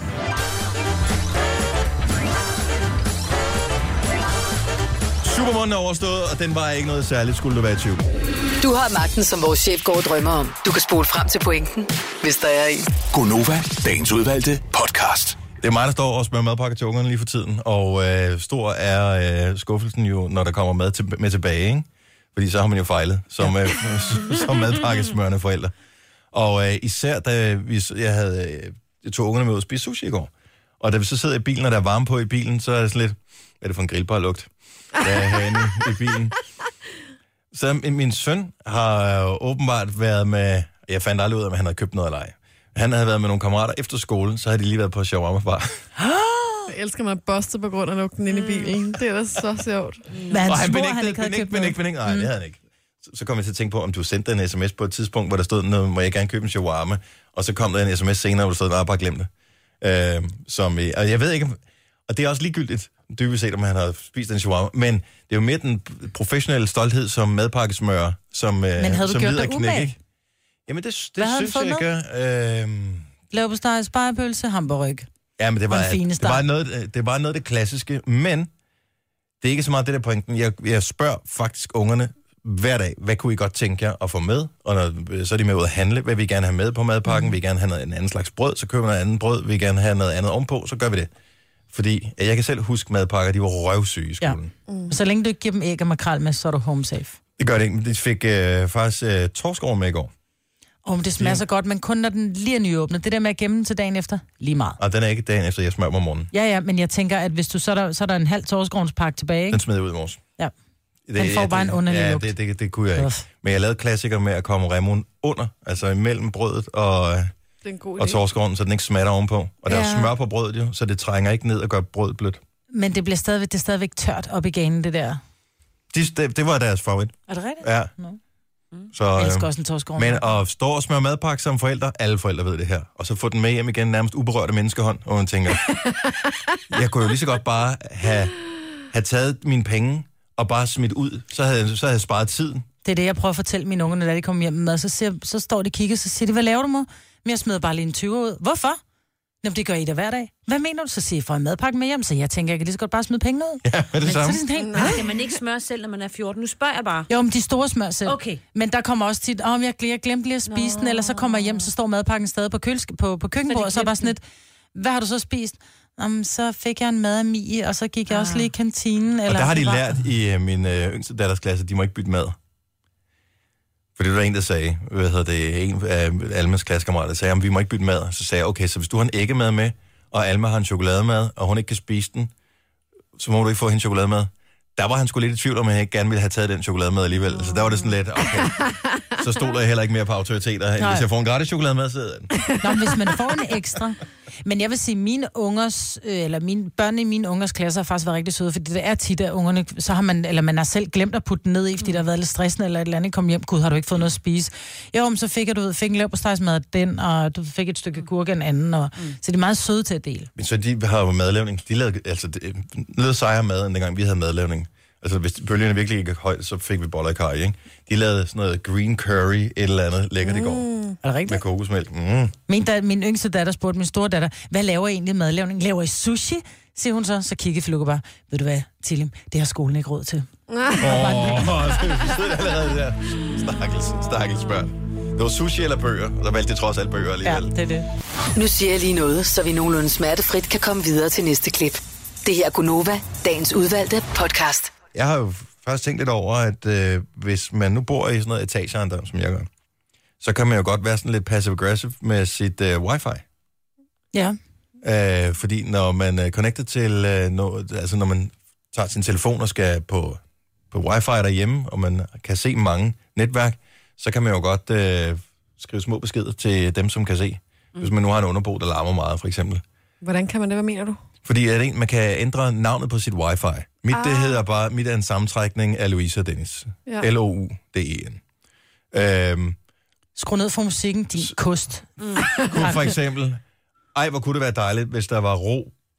Supermånen er overstået, og den var ikke noget særligt, skulle du være i tvivl. Du har magten, som vores chef går og drømmer om. Du kan spole frem til pointen, hvis der er en. Gonova, dagens udvalgte podcast. Det er mig, der står og smører madpakker til ungerne lige for tiden, og øh, stor er øh, skuffelsen jo, når der kommer mad til, med tilbage, ikke? Fordi så har man jo fejlet som, øh, som madpakkesmørende forældre. Og øh, især da vi, jeg havde øh, jeg tog ungerne med ud og spise sushi i går, og da vi så sidder i bilen, og der er varme på i bilen, så er det sådan lidt, hvad er det for en grillbarlugt, der er herinde i bilen. Så min søn har øh, åbenbart været med, jeg fandt aldrig ud af, om han havde købt noget eller ej. Han havde været med nogle kammerater efter skolen, så havde de lige været på shawarma bar. Jeg elsker mig at boste på grund af lugten inde i bilen. Det er da så sjovt. Men han og han spurgte, benægtede, han ikke havde købt benægtede, benægtede, nej, mm. det havde han ikke. Så, så kom jeg til at tænke på, om du sendte en sms på et tidspunkt, hvor der stod, nu må jeg gerne købe en shawarma, og så kom der en sms senere, hvor der stod, nej, bare glem det. Øh, som, og jeg ved ikke, og det er også ligegyldigt, dybest set, om han har spist en shawarma, men det er jo mere den professionelle stolthed som madpakkesmører, som, men havde som du gjort lider dig knæk, umage? ikke? Jamen, det, det Hvad synes jeg, jeg gør. Øh, Leverpostej, spejepølse, hamburg. Ja, men det var, det det, var noget, det var noget af det klassiske, men det er ikke så meget det der pointen. Jeg, jeg spørger faktisk ungerne hver dag, hvad kunne I godt tænke jer at få med? Og når, så er de med ud at handle, hvad vil I gerne have med på madpakken? Mm. Vil I gerne have noget, en anden slags brød, så køber vi noget andet brød. Vil I gerne have noget andet ovenpå, så gør vi det. Fordi jeg kan selv huske madpakker, de var røvsyge i skolen. Ja. Mm. Så længe du ikke giver dem æg og makrel med, så er du home safe. Det gør det ikke, men de fik øh, faktisk øh, torskår med i går. Åh, oh, det smager ja. så godt, men kun når den lige er nyåbnet. Det der med at gemme den til dagen efter, lige meget. Og den er ikke dagen efter, jeg smører mig om morgenen. Ja, ja, men jeg tænker, at hvis du så er der, så er der en halv torskårenspakke tilbage, ikke? Den smider ud i morges. Ja. Det, den får ja, bare det, en underlig ja, lugt. det, det, det kunne jeg ikke. Men jeg lavede klassiker med at komme remoen under, altså imellem brødet og, og torskåren, så den ikke smatter ovenpå. Og der ja. er smør på brødet jo, så det trænger ikke ned og gør brødet blødt. Men det bliver stadigvæk, det er stadigvæk tørt op i ganen, det der. De, det, det var deres favorit. Er det rigtigt? Ja. No. Så, jeg elsker også en torskåren. Men at stå og smøre madpakke som forældre, alle forældre ved det her, og så få den med hjem igen, nærmest uberørte menneskehånd, og man tænker, jeg kunne jo lige så godt bare have, have taget mine penge og bare smidt ud, så havde, så havde jeg sparet tiden. Det er det, jeg prøver at fortælle mine unge, når de kommer hjem med, så, siger, så står de og kigger, så siger de, hvad laver du, mor? Men jeg smider bare lige en tyver ud. Hvorfor? Jamen, det gør I da hver dag. Hvad mener du? Så siger jeg, får en madpakke med hjem, så jeg tænker, jeg kan lige så godt bare smide penge ud. Ja, med det men samme. Så er det sådan helt, nej, kan man ikke smøre selv, når man er fjorten? Nu spørger jeg bare. Jo, men de store smør selv. Okay. Men der kommer også tit, om oh, jeg, jeg glemte lige at spise Nå. den, eller så kommer jeg hjem, så står madpakken stadig på, kølsk- på, på køkkenbordet, og så er bare sådan lidt, hvad har du så spist? Jamen, så fik jeg en mad af Mie, og så gik jeg ah. også lige i kantinen. Eller og der har de var... lært i uh, min uh, yngste datters klasse, de må ikke bytte mad. Fordi det var en, der sagde, hvad hedder det, en af Almas klassekammerater, der sagde, at vi må ikke bytte mad. Så sagde jeg, okay, så hvis du har en æggemad med, og Alma har en chokolademad, og hun ikke kan spise den, så må du ikke få hende chokolademad. Der var han sgu lidt i tvivl om, at jeg ikke gerne ville have taget den chokolademad alligevel. Så der var det sådan lidt, okay, så stoler jeg heller ikke mere på autoriteter. Nej. Hvis jeg får en gratis chokolademad, så er den. Nå, hvis man får en ekstra. Men jeg vil sige, mine ungers, eller mine børn i mine ungers klasser har faktisk været rigtig søde, fordi det er tit, at ungerne, så har man, eller man har selv glemt at putte den ned i, fordi der har været lidt stressende, eller et eller andet, kom hjem, gud, har du ikke fået noget at spise? Jo, men så fik jeg, du ved, fik en leverpostejsmad af den, og du fik et stykke gurke af en anden, og, mm. så det er meget søde til at dele. Men så de har jo madlavning, de lavede, altså, lidt sejere mad, end dengang vi havde madlavning. Altså, hvis bølgerne virkelig ikke er højt, så fik vi boller i kaj, ikke? De lavede sådan noget green curry, et eller andet lækkert mm. i går. Er det rigtigt? Med kokosmælk. Mm. Min, da, min yngste datter spurgte min store datter, hvad laver I egentlig madlavning? Laver I sushi? Siger hun så. Så kiggede Flukke bare, ved du hvad, Tillim, det har skolen ikke råd til. Åh, oh, det allerede der. Stakkels, stakkels børn. Det var sushi eller bøger, og der valgte jeg trods alt bøger alligevel. Ja, det er det. Nu siger jeg lige noget, så vi nogenlunde smertefrit kan komme videre til næste klip. Det her er Gonova, dagens udvalgte podcast. Jeg har jo faktisk tænkt lidt over, at øh, hvis man nu bor i sådan noget etageejendom, som jeg gør, så kan man jo godt være sådan lidt passive-aggressive med sit øh, wifi. Ja. Øh, fordi når man er connected til øh, noget, altså når man tager sin telefon og skal på, på wifi derhjemme, og man kan se mange netværk, så kan man jo godt øh, skrive små beskeder til dem, som kan se. Mm. Hvis man nu har en underbo, der larmer meget, for eksempel. Hvordan kan man det? Hvad mener du? Fordi er det en, man kan ændre navnet på sit wifi. Mit, ah. det hedder bare, mit er en sammentrækning af Louise og Dennis. Ja. L O U D E N. Øhm, Skru ned for musikken, din kost. Mm. Kunne for eksempel, ej, hvor kunne det være dejligt, hvis der var ro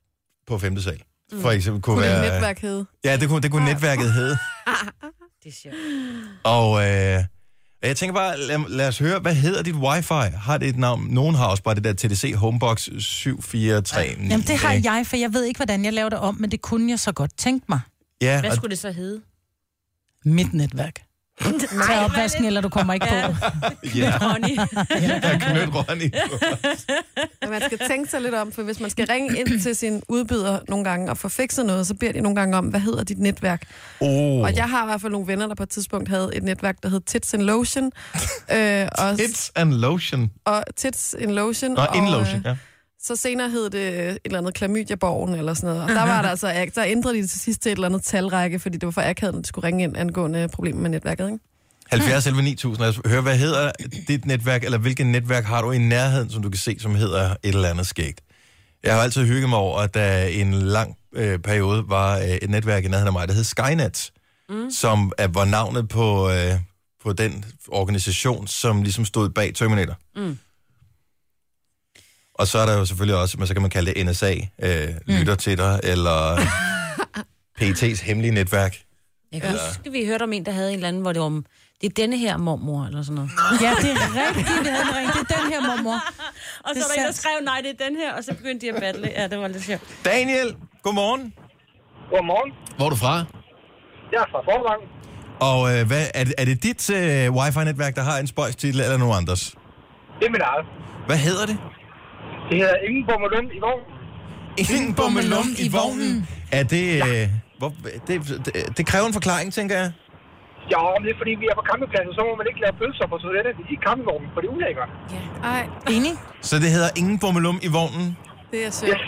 på femte sal. For eksempel kunne, Kunne det være... netværk hedde? Ja, det kunne, det kunne netværket hedde. Det er sjovt. Og øh, jeg tænker bare, lad, lad os høre, hvad hedder dit wifi? Har det et navn? Nogen har også bare det der T D C Homebox syv fire tre ni. Jamen, det har jeg, for jeg ved ikke, hvordan jeg laver det om, men det kunne jeg så godt tænke mig. Ja, Hvad og skulle det så hedde? Mit netværk. Tag opvasken, eller du kommer ikke på. ja, Ronny. jeg knytter Ronny. Men man skal tænke sig lidt om, for hvis man skal ringe ind til sin udbyder nogle gange og få fikset noget, så beder de nogle gange om, hvad hedder dit netværk? Oh. Og jeg har i hvert fald nogle venner, der på et tidspunkt havde et netværk, der hed Tits and Lotion. Øh, og, Tits and Lotion? Og Tits and Lotion. Nå, og, in Lotion, ja. Så senere hed det et eller andet Klamydia-borgen eller sådan noget. Og der var der altså, der ændrede de det til sidst til et eller andet talrække, fordi det var for akavet, at de skulle ringe ind angående problemer med netværket, ikke? halvfjerds elleve ni tusind. Altså, hør, hvad hedder dit netværk, eller hvilket netværk har du i nærheden, som du kan se, som hedder et eller andet skægt? Jeg har altid hygget mig over, at der i en lang øh, periode var øh, et netværk i nærheden af mig, der hed Skynet, mm. som øh, var navnet på, øh, på den organisation, som ligesom stod bag Terminator. Mm. Og så er der jo selvfølgelig også, men så kan man kalde det N S A, øh, lytter mm. til dig, eller P E T's hemmelige netværk. Jeg kan huske, vi hørte om en, der havde en eller anden, hvor det var om, det er denne her mormor, eller sådan noget. Ja, det er rigtigt, vi havde en ring. Det er den her mormor. Og så var der en, der skrev, nej, det er den her, og så begyndte de at battle. Ja, det var lidt sjovt. Daniel, godmorgen. Godmorgen. Hvor er du fra? Jeg er fra Forvang. Og øh, hvad, er, det, er det dit øh, wifi-netværk, der har en spøjstitel, eller nogen andres? Det er mit eget. Hvad hedder det? Det hedder Ingen Bummelum i vognen. Ingen Bummelum i vognen? Er det... Øh, ja. hvor, det, det... Det kræver en forklaring, tænker jeg. Ja, det er fordi, vi er på campingpladsen, så må man ikke lave pølser på toilettet i campingvognen, for det er ulækkert. Ja. Ej, enig. Så det hedder Ingen Bummelum i vognen? Det er sødt. Yes.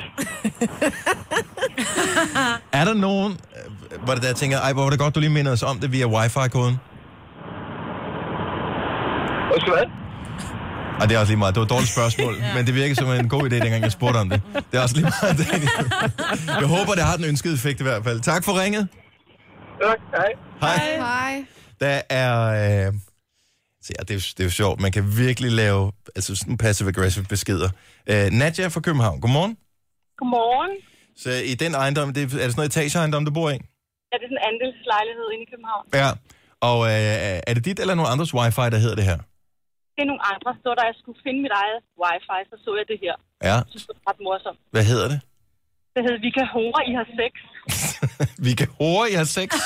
Er der nogen, hvor det der tænker, ej, hvor var det godt, du lige minder os om det via wifi-koden? Hvad skal hvad? Og det er også lige meget. Det var et dårligt spørgsmål, ja. Men det virker som en god idé, dengang jeg spurgte om det. Det er også lige meget, Daniel. Jeg håber, det har den ønskede effekt i hvert fald. Tak for ringet. Tak, hej. Hej. Hej. Der er... Øh... Så ja, det, er, det er jo sjovt. Man kan virkelig lave altså sådan passive-aggressive beskeder. Øh, Nadja fra København, godmorgen. Godmorgen. Så i den ejendom, det er, er det sådan noget etageejendom, du bor i? Ja, det er sådan en andelslejlighed inde i København. Ja, og øh, er det dit eller nogen andres wifi, der hedder det her? Det er nogle andre. Så da jeg skulle finde mit eget wifi, så så jeg det her. Ja. Jeg synes, det er ret morsomt. Hvad hedder det? Det hedder, vi kan hore, I har sex. Vi kan hore, I har sex?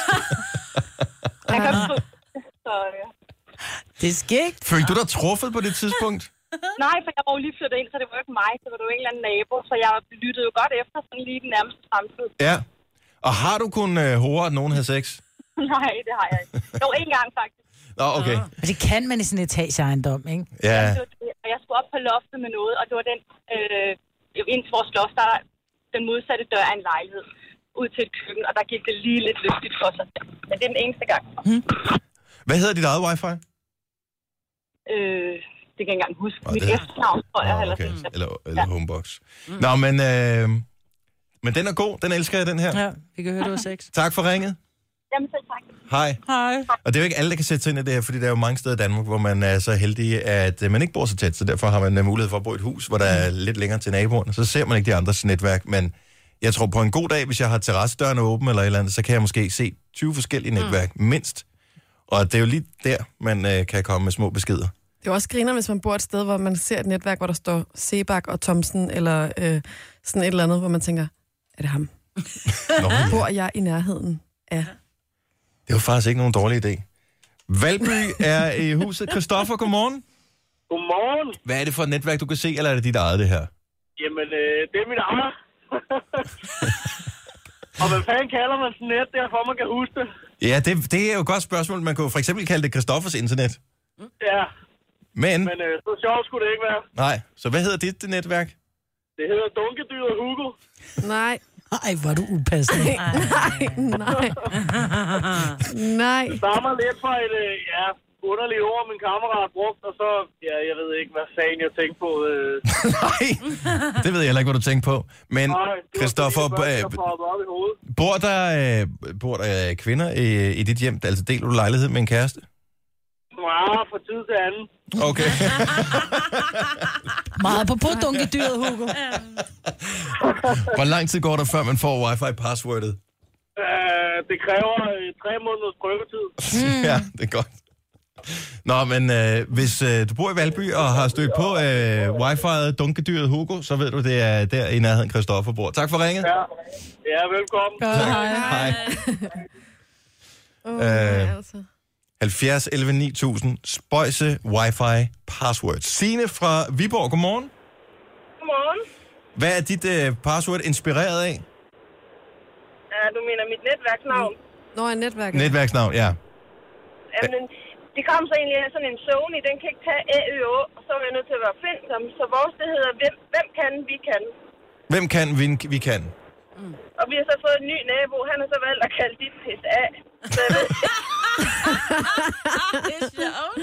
Jeg kan få... Så, ja. Det er skægt. Følte du dig truffet på det tidspunkt? Nej, for jeg var jo lige flyttet ind, så det var jo ikke mig, så var det jo en eller anden nabo. Så jeg lyttede jo godt efter sådan lige den nærmeste fremtid. Ja. Og har du kun øh, hore, at nogen har sex? Nej, det har jeg ikke. Jo, en gang faktisk. Nå, okay. Og det kan man i sådan en etageejendom, ikke? Ja. Og jeg skulle op på loftet med noget, og det var den... Øh, ind til vores loft, der er den modsatte dør af en lejlighed ud til et køkken, og der gik det lige lidt lystigt for sig. Men det er den eneste gang. Hmm. Hvad hedder dit eget wifi? Øh, det kan jeg ikke engang huske. Oh, Mit det... efternavn, tror jeg. Oh, eller, okay. eller, eller, eller ja. Homebox. Mm. Nå, men, øh, men den er god. Den elsker jeg, den her. Ja, vi kan høre, du har sex. Tak for ringet. Jamen, selv tak. Hej. Hej. Og det er jo ikke alle, der kan sætte sig ind i det her, fordi der er jo mange steder i Danmark, hvor man er så heldig, at man ikke bor så tæt, så derfor har man mulighed for at bo i et hus, hvor der er lidt længere til naboerne. Så ser man ikke de andres netværk, men jeg tror på en god dag, hvis jeg har terrassedøren åben eller et eller andet, så kan jeg måske se tyve forskellige netværk, mm. mindst. Og det er jo lige der, man øh, kan komme med små beskeder. Det er også griner, hvis man bor et sted, hvor man ser et netværk, hvor der står Sebak og Thomsen, eller øh, sådan et eller andet, hvor man tænker, er det ham? Nå, ja. Bor jeg i nærheden af... Det var faktisk ikke nogen dårlig idé. Valby er i huset. Christoffer, godmorgen. Godmorgen. Hvad er det for et netværk, du kan se, eller er det dit eget, det her? Jamen, øh, det er mit eget. Og hvad fanden kalder man sådan net, derfor man kan huske det? Ja, det, det er jo et godt spørgsmål. Man kunne for eksempel kalde det Christoffers internet. Ja. Men... Men øh, så sjovt skulle det ikke være. Nej, så hvad hedder dit det netværk? Det hedder Dunkedyr og Hugo. Nej. Ej, hvor er du upassende. nej, nej. nej. Det stammer lidt fra et, ja, underligt ord, min kammerat brugte, og så, ja, jeg ved ikke, hvad sagen jeg tænkte på. Øh. Nej, det ved jeg heller ikke, hvad du tænkte på. Men, Christoffer, bor der, øh, bor der kvinder i, i dit hjem? Altså, deler du lejlighed med en kæreste? Ah, fra tid til anden. Okay. Meget på dunkedyret, Hugo. Hvor lang tid går der, før man får wifi-passwordet? Uh, det kræver uh, tre måneders prøvetid. Mm. Ja, det er godt. Nå, men øh, hvis øh, du bor i Valby og har stødt på øh, wifi'et dunkedyret Hugo, så ved du, det er der i nærheden Christoffer bor. Tak for ringet. Ja, ja velkommen. Godt, hej. Hej. Oh, øh, altså. halvfjerds elleve ni tusind. Spøjse wifi password. Signe fra Viborg, godmorgen. Godmorgen. Hvad er dit øh, password inspireret af? Ja, du mener mit netværksnavn? Nå, en netværk. Netværksnavn, ja. Jamen, det kom så egentlig af sådan en Sony, den kan ikke tage A Ø Å, og så er jeg nødt til at være opfindsom. Så vores, det hedder, hvem, hvem kan, vi kan. Hvem kan, vi, vi kan? Mm. Og vi har så fået en ny nabo, han har så valgt at kalde dit pis af. Så jeg ved det er sjovt.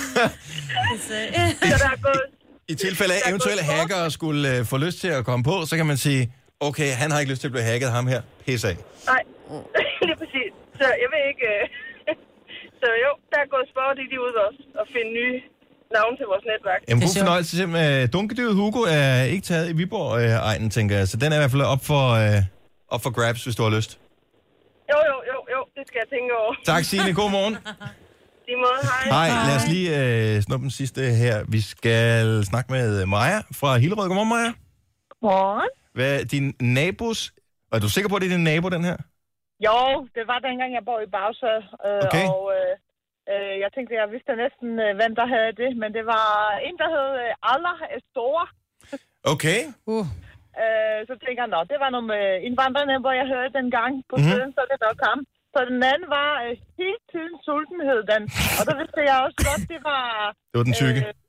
Så der er gået... I tilfælde af eventuelle hackere skulle øh, få lyst til at komme på, så kan man sige, okay, han har ikke lyst til at blive hacket, ham her. Pis af. Nej, lige præcis. Så jeg ved ikke... Øh... Så jo, der er gået sport i de ude også at finde nye navne til vores netværk. En god fornøjelse med dunkedyret Hugo er ikke taget i Viborg-egnen, tænker jeg. Så den er i hvert fald op for, øh, op for grabs, hvis du har lyst. Jo, jo, jo, jo. Det skal jeg tænke over. Tak, Signe. God morgen. I måde, hej. Hej, lad os lige øh, snuppe den sidste her. Vi skal snakke med Maja fra Hillerød. Godmorgen, Maja. Godmorgen. Hvad er din nabos... Er du sikker på, at det er din nabo, den her? Jo, det var dengang, jeg bor i Bagsø, øh, okay. og øh, øh, jeg tænkte, jeg vidste næsten, øh, hvem der havde det, men det var en, der hed øh, Allah Estora. Okay. Uh. Øh, så tænkte jeg, nå, det var nogle øh, indvandrerne, hvor jeg hørte dengang på mm-hmm. siden, så det nok ham. Så den anden var øh, helt tiden sultenhed, den. Og der vidste jeg også godt, det var... Det var den tykke. Øh,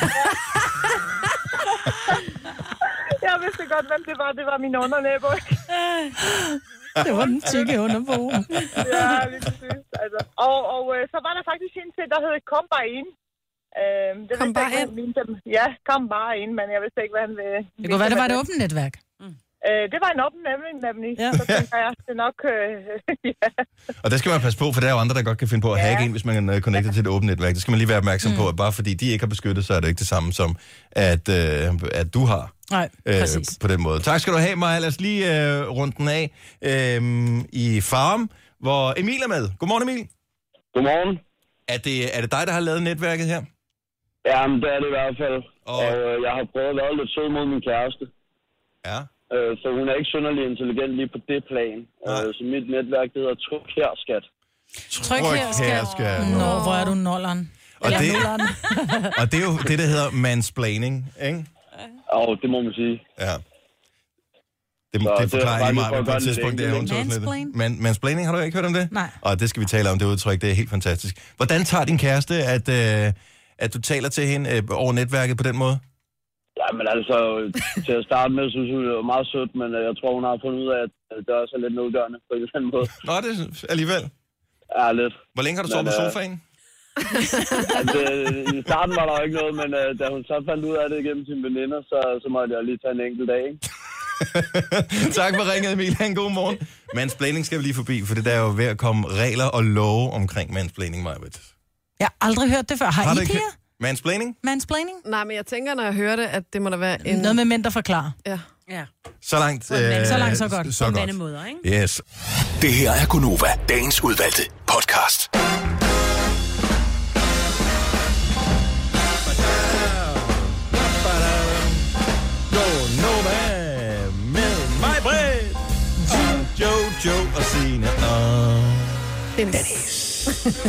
jeg vidste godt, hvem det var. Det var min undernæbo. Det var den tykke underbo. Ja, lige præcis. Altså. Og, og øh, så var der faktisk en til, der hed Kom bare ind. Øh, det kom bare ind? Ja, kom bare ind, men jeg vidste ikke, hvad han ville. Det kunne være, det var et åbent netværk. Mm. Øh, det var en åben nemlig, nemlig. Ja. Så tænker jeg, det er nok... Øh, ja. Og der skal man passe på, for der er jo andre, der godt kan finde på at ja. hacke ind, hvis man er connected til et åbent netværk. Det skal man lige være opmærksom mm. på, at bare fordi de ikke har beskyttet, så er det ikke det samme som, at, øh, at du har. Nej, øh, på den måde. Tak skal du have, Maja. Lad os lige øh, runde den af øh, i Farm, hvor Emil er med. Godmorgen, Emil. Godmorgen. Er det, er det dig, der har lavet netværket her? Jamen, det er det i hvert fald. Og, og øh, jeg har prøvet at lave lidt sød mod min kæreste. Ja. Øh, så hun er ikke synderlig intelligent lige på det plan. Øh, så mit netværk, det hedder Tryk her, skat. Tryk her, skat. Nå, hvor er du nolleren. Og det, og det er jo det, der hedder mansplaining, ikke? Ja, det må man sige. Ja. Det, det, det forklarer jeg meget, men på et tidspunkt, det er hun sådan Man, mansplaining, har du ikke hørt om det? Nej. Og det skal vi tale om, det udtryk, det er helt fantastisk. Hvordan tager din kæreste, at, øh, at du taler til hende øh, over netværket på den måde? Ja, men altså, til at starte med, synes hun, det var meget sødt, men jeg tror, hun har fundet ud af, at det også er lidt nedgørende på en eller anden måde. Nå, det er alligevel. Ja, lidt. Hvor længe har du sovet på sofaen? Altså, i starten var der jo ikke noget, men uh, da hun så fandt ud af det igennem sine veninder, så, så måtte jeg lige tage en enkelt dag, ikke? Tak for ringet, Emil. Ha' en god morgen. Mansplaining skal vi lige forbi, for det der er jo ved at komme regler og love omkring mansplaining, Majbrit. Jeg har aldrig hørt det før. Har, har I, Pia? Mansplaining? Mansplaining? Nej, men jeg tænker, når jeg hører det, at det må der være en... Noget med mænd, der forklarer. Ja. Ja. Så langt, øh, så langt, så godt. Så på godt. mandemåder, ikke? Yes. Det her er Gunova, dagens udvalgte podcast. Gunova med mig, Britt, og Jojo og Signe og Dennis.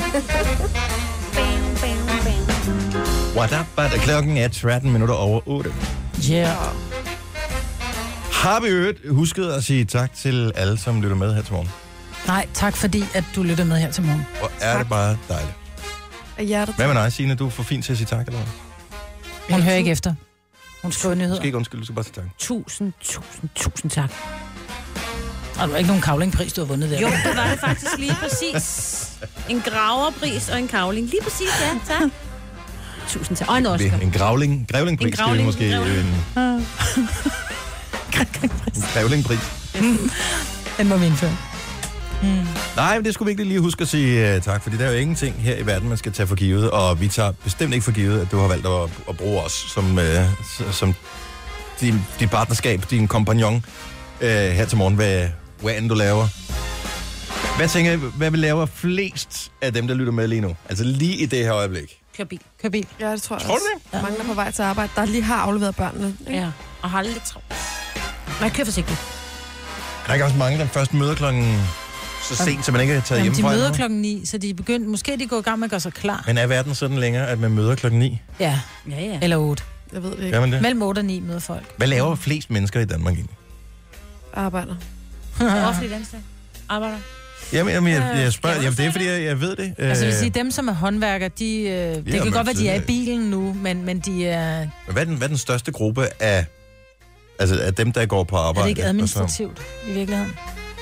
What up, but klokken er tretten minutter over otte. Yeah. Har vi øvrigt husket at sige tak til alle, som lytter med her til morgen? Nej, tak fordi, at du lytter med her til morgen. Hvor er tak. Det bare dejligt. Hjertet. Hvad med dig, Signe? Du er for fint til at sige tak, eller hvad? Hun hører ikke efter. Hun skriver nyheder. Du skal ikke undskylde, du skal bare sige tak. Tusind, tusind, tusind tak. Og du har ikke nogen kavlingpris, du har vundet der? Jo, det var det faktisk lige præcis. En graverpris og en kavling. Lige præcis, ja, tak. Tusind tak. Og en Oscar. En gravling. Grævlingpris en gravling, måske. En, en grævlingpris. Den må vi indføre. Mm. Nej, men det skulle vi ikke lige huske at sige uh, tak, fordi der er jo ingenting her i verden, man skal tage for givet, og vi tager bestemt ikke for givet, at du har valgt at, at bruge os som, uh, som din, dit partnerskab, din kompagnon uh, her til morgen, hvad, hvad end du laver. Hvad tænker hvad vil laver flest af dem, der lytter med lige nu? Altså lige i det her øjeblik. Kør bil. Kør bil. Ja, det tror jeg Tror også. du det? Ja. Mange er på vej til arbejde, der lige har afleveret børnene. Ikke? Ja, og har lidt travlt. Men kør forsigtigt. Er der ikke også mange, der først møder klokken så sent, så man ikke er taget Jamen, de hjemmefra? møder endnu? klokken ni, så de er begyndt, måske de går i gang med at gøre sig klar. Men er verden sådan længere, at man møder klokken ni? Ja, ja, ja. Eller otte. Jeg ved det ikke. Gør man det? Mellem otte og ni møder folk. Hvad laver flest mennesker i Danmark egentlig? Arbejder. Offentligt ansatte. Arbejder. Jamen, jamen jeg, jeg spørger, jamen, det er fordi, jeg, jeg ved det. Altså, jeg vil sige, dem, som er håndværkere, de, øh, det men kan godt være, de er i tidligere. bilen nu, men, men de er... Men hvad er, den, hvad er den største gruppe af, altså, af dem, der går på Er arbejde? det ikke administrativt i virkeligheden?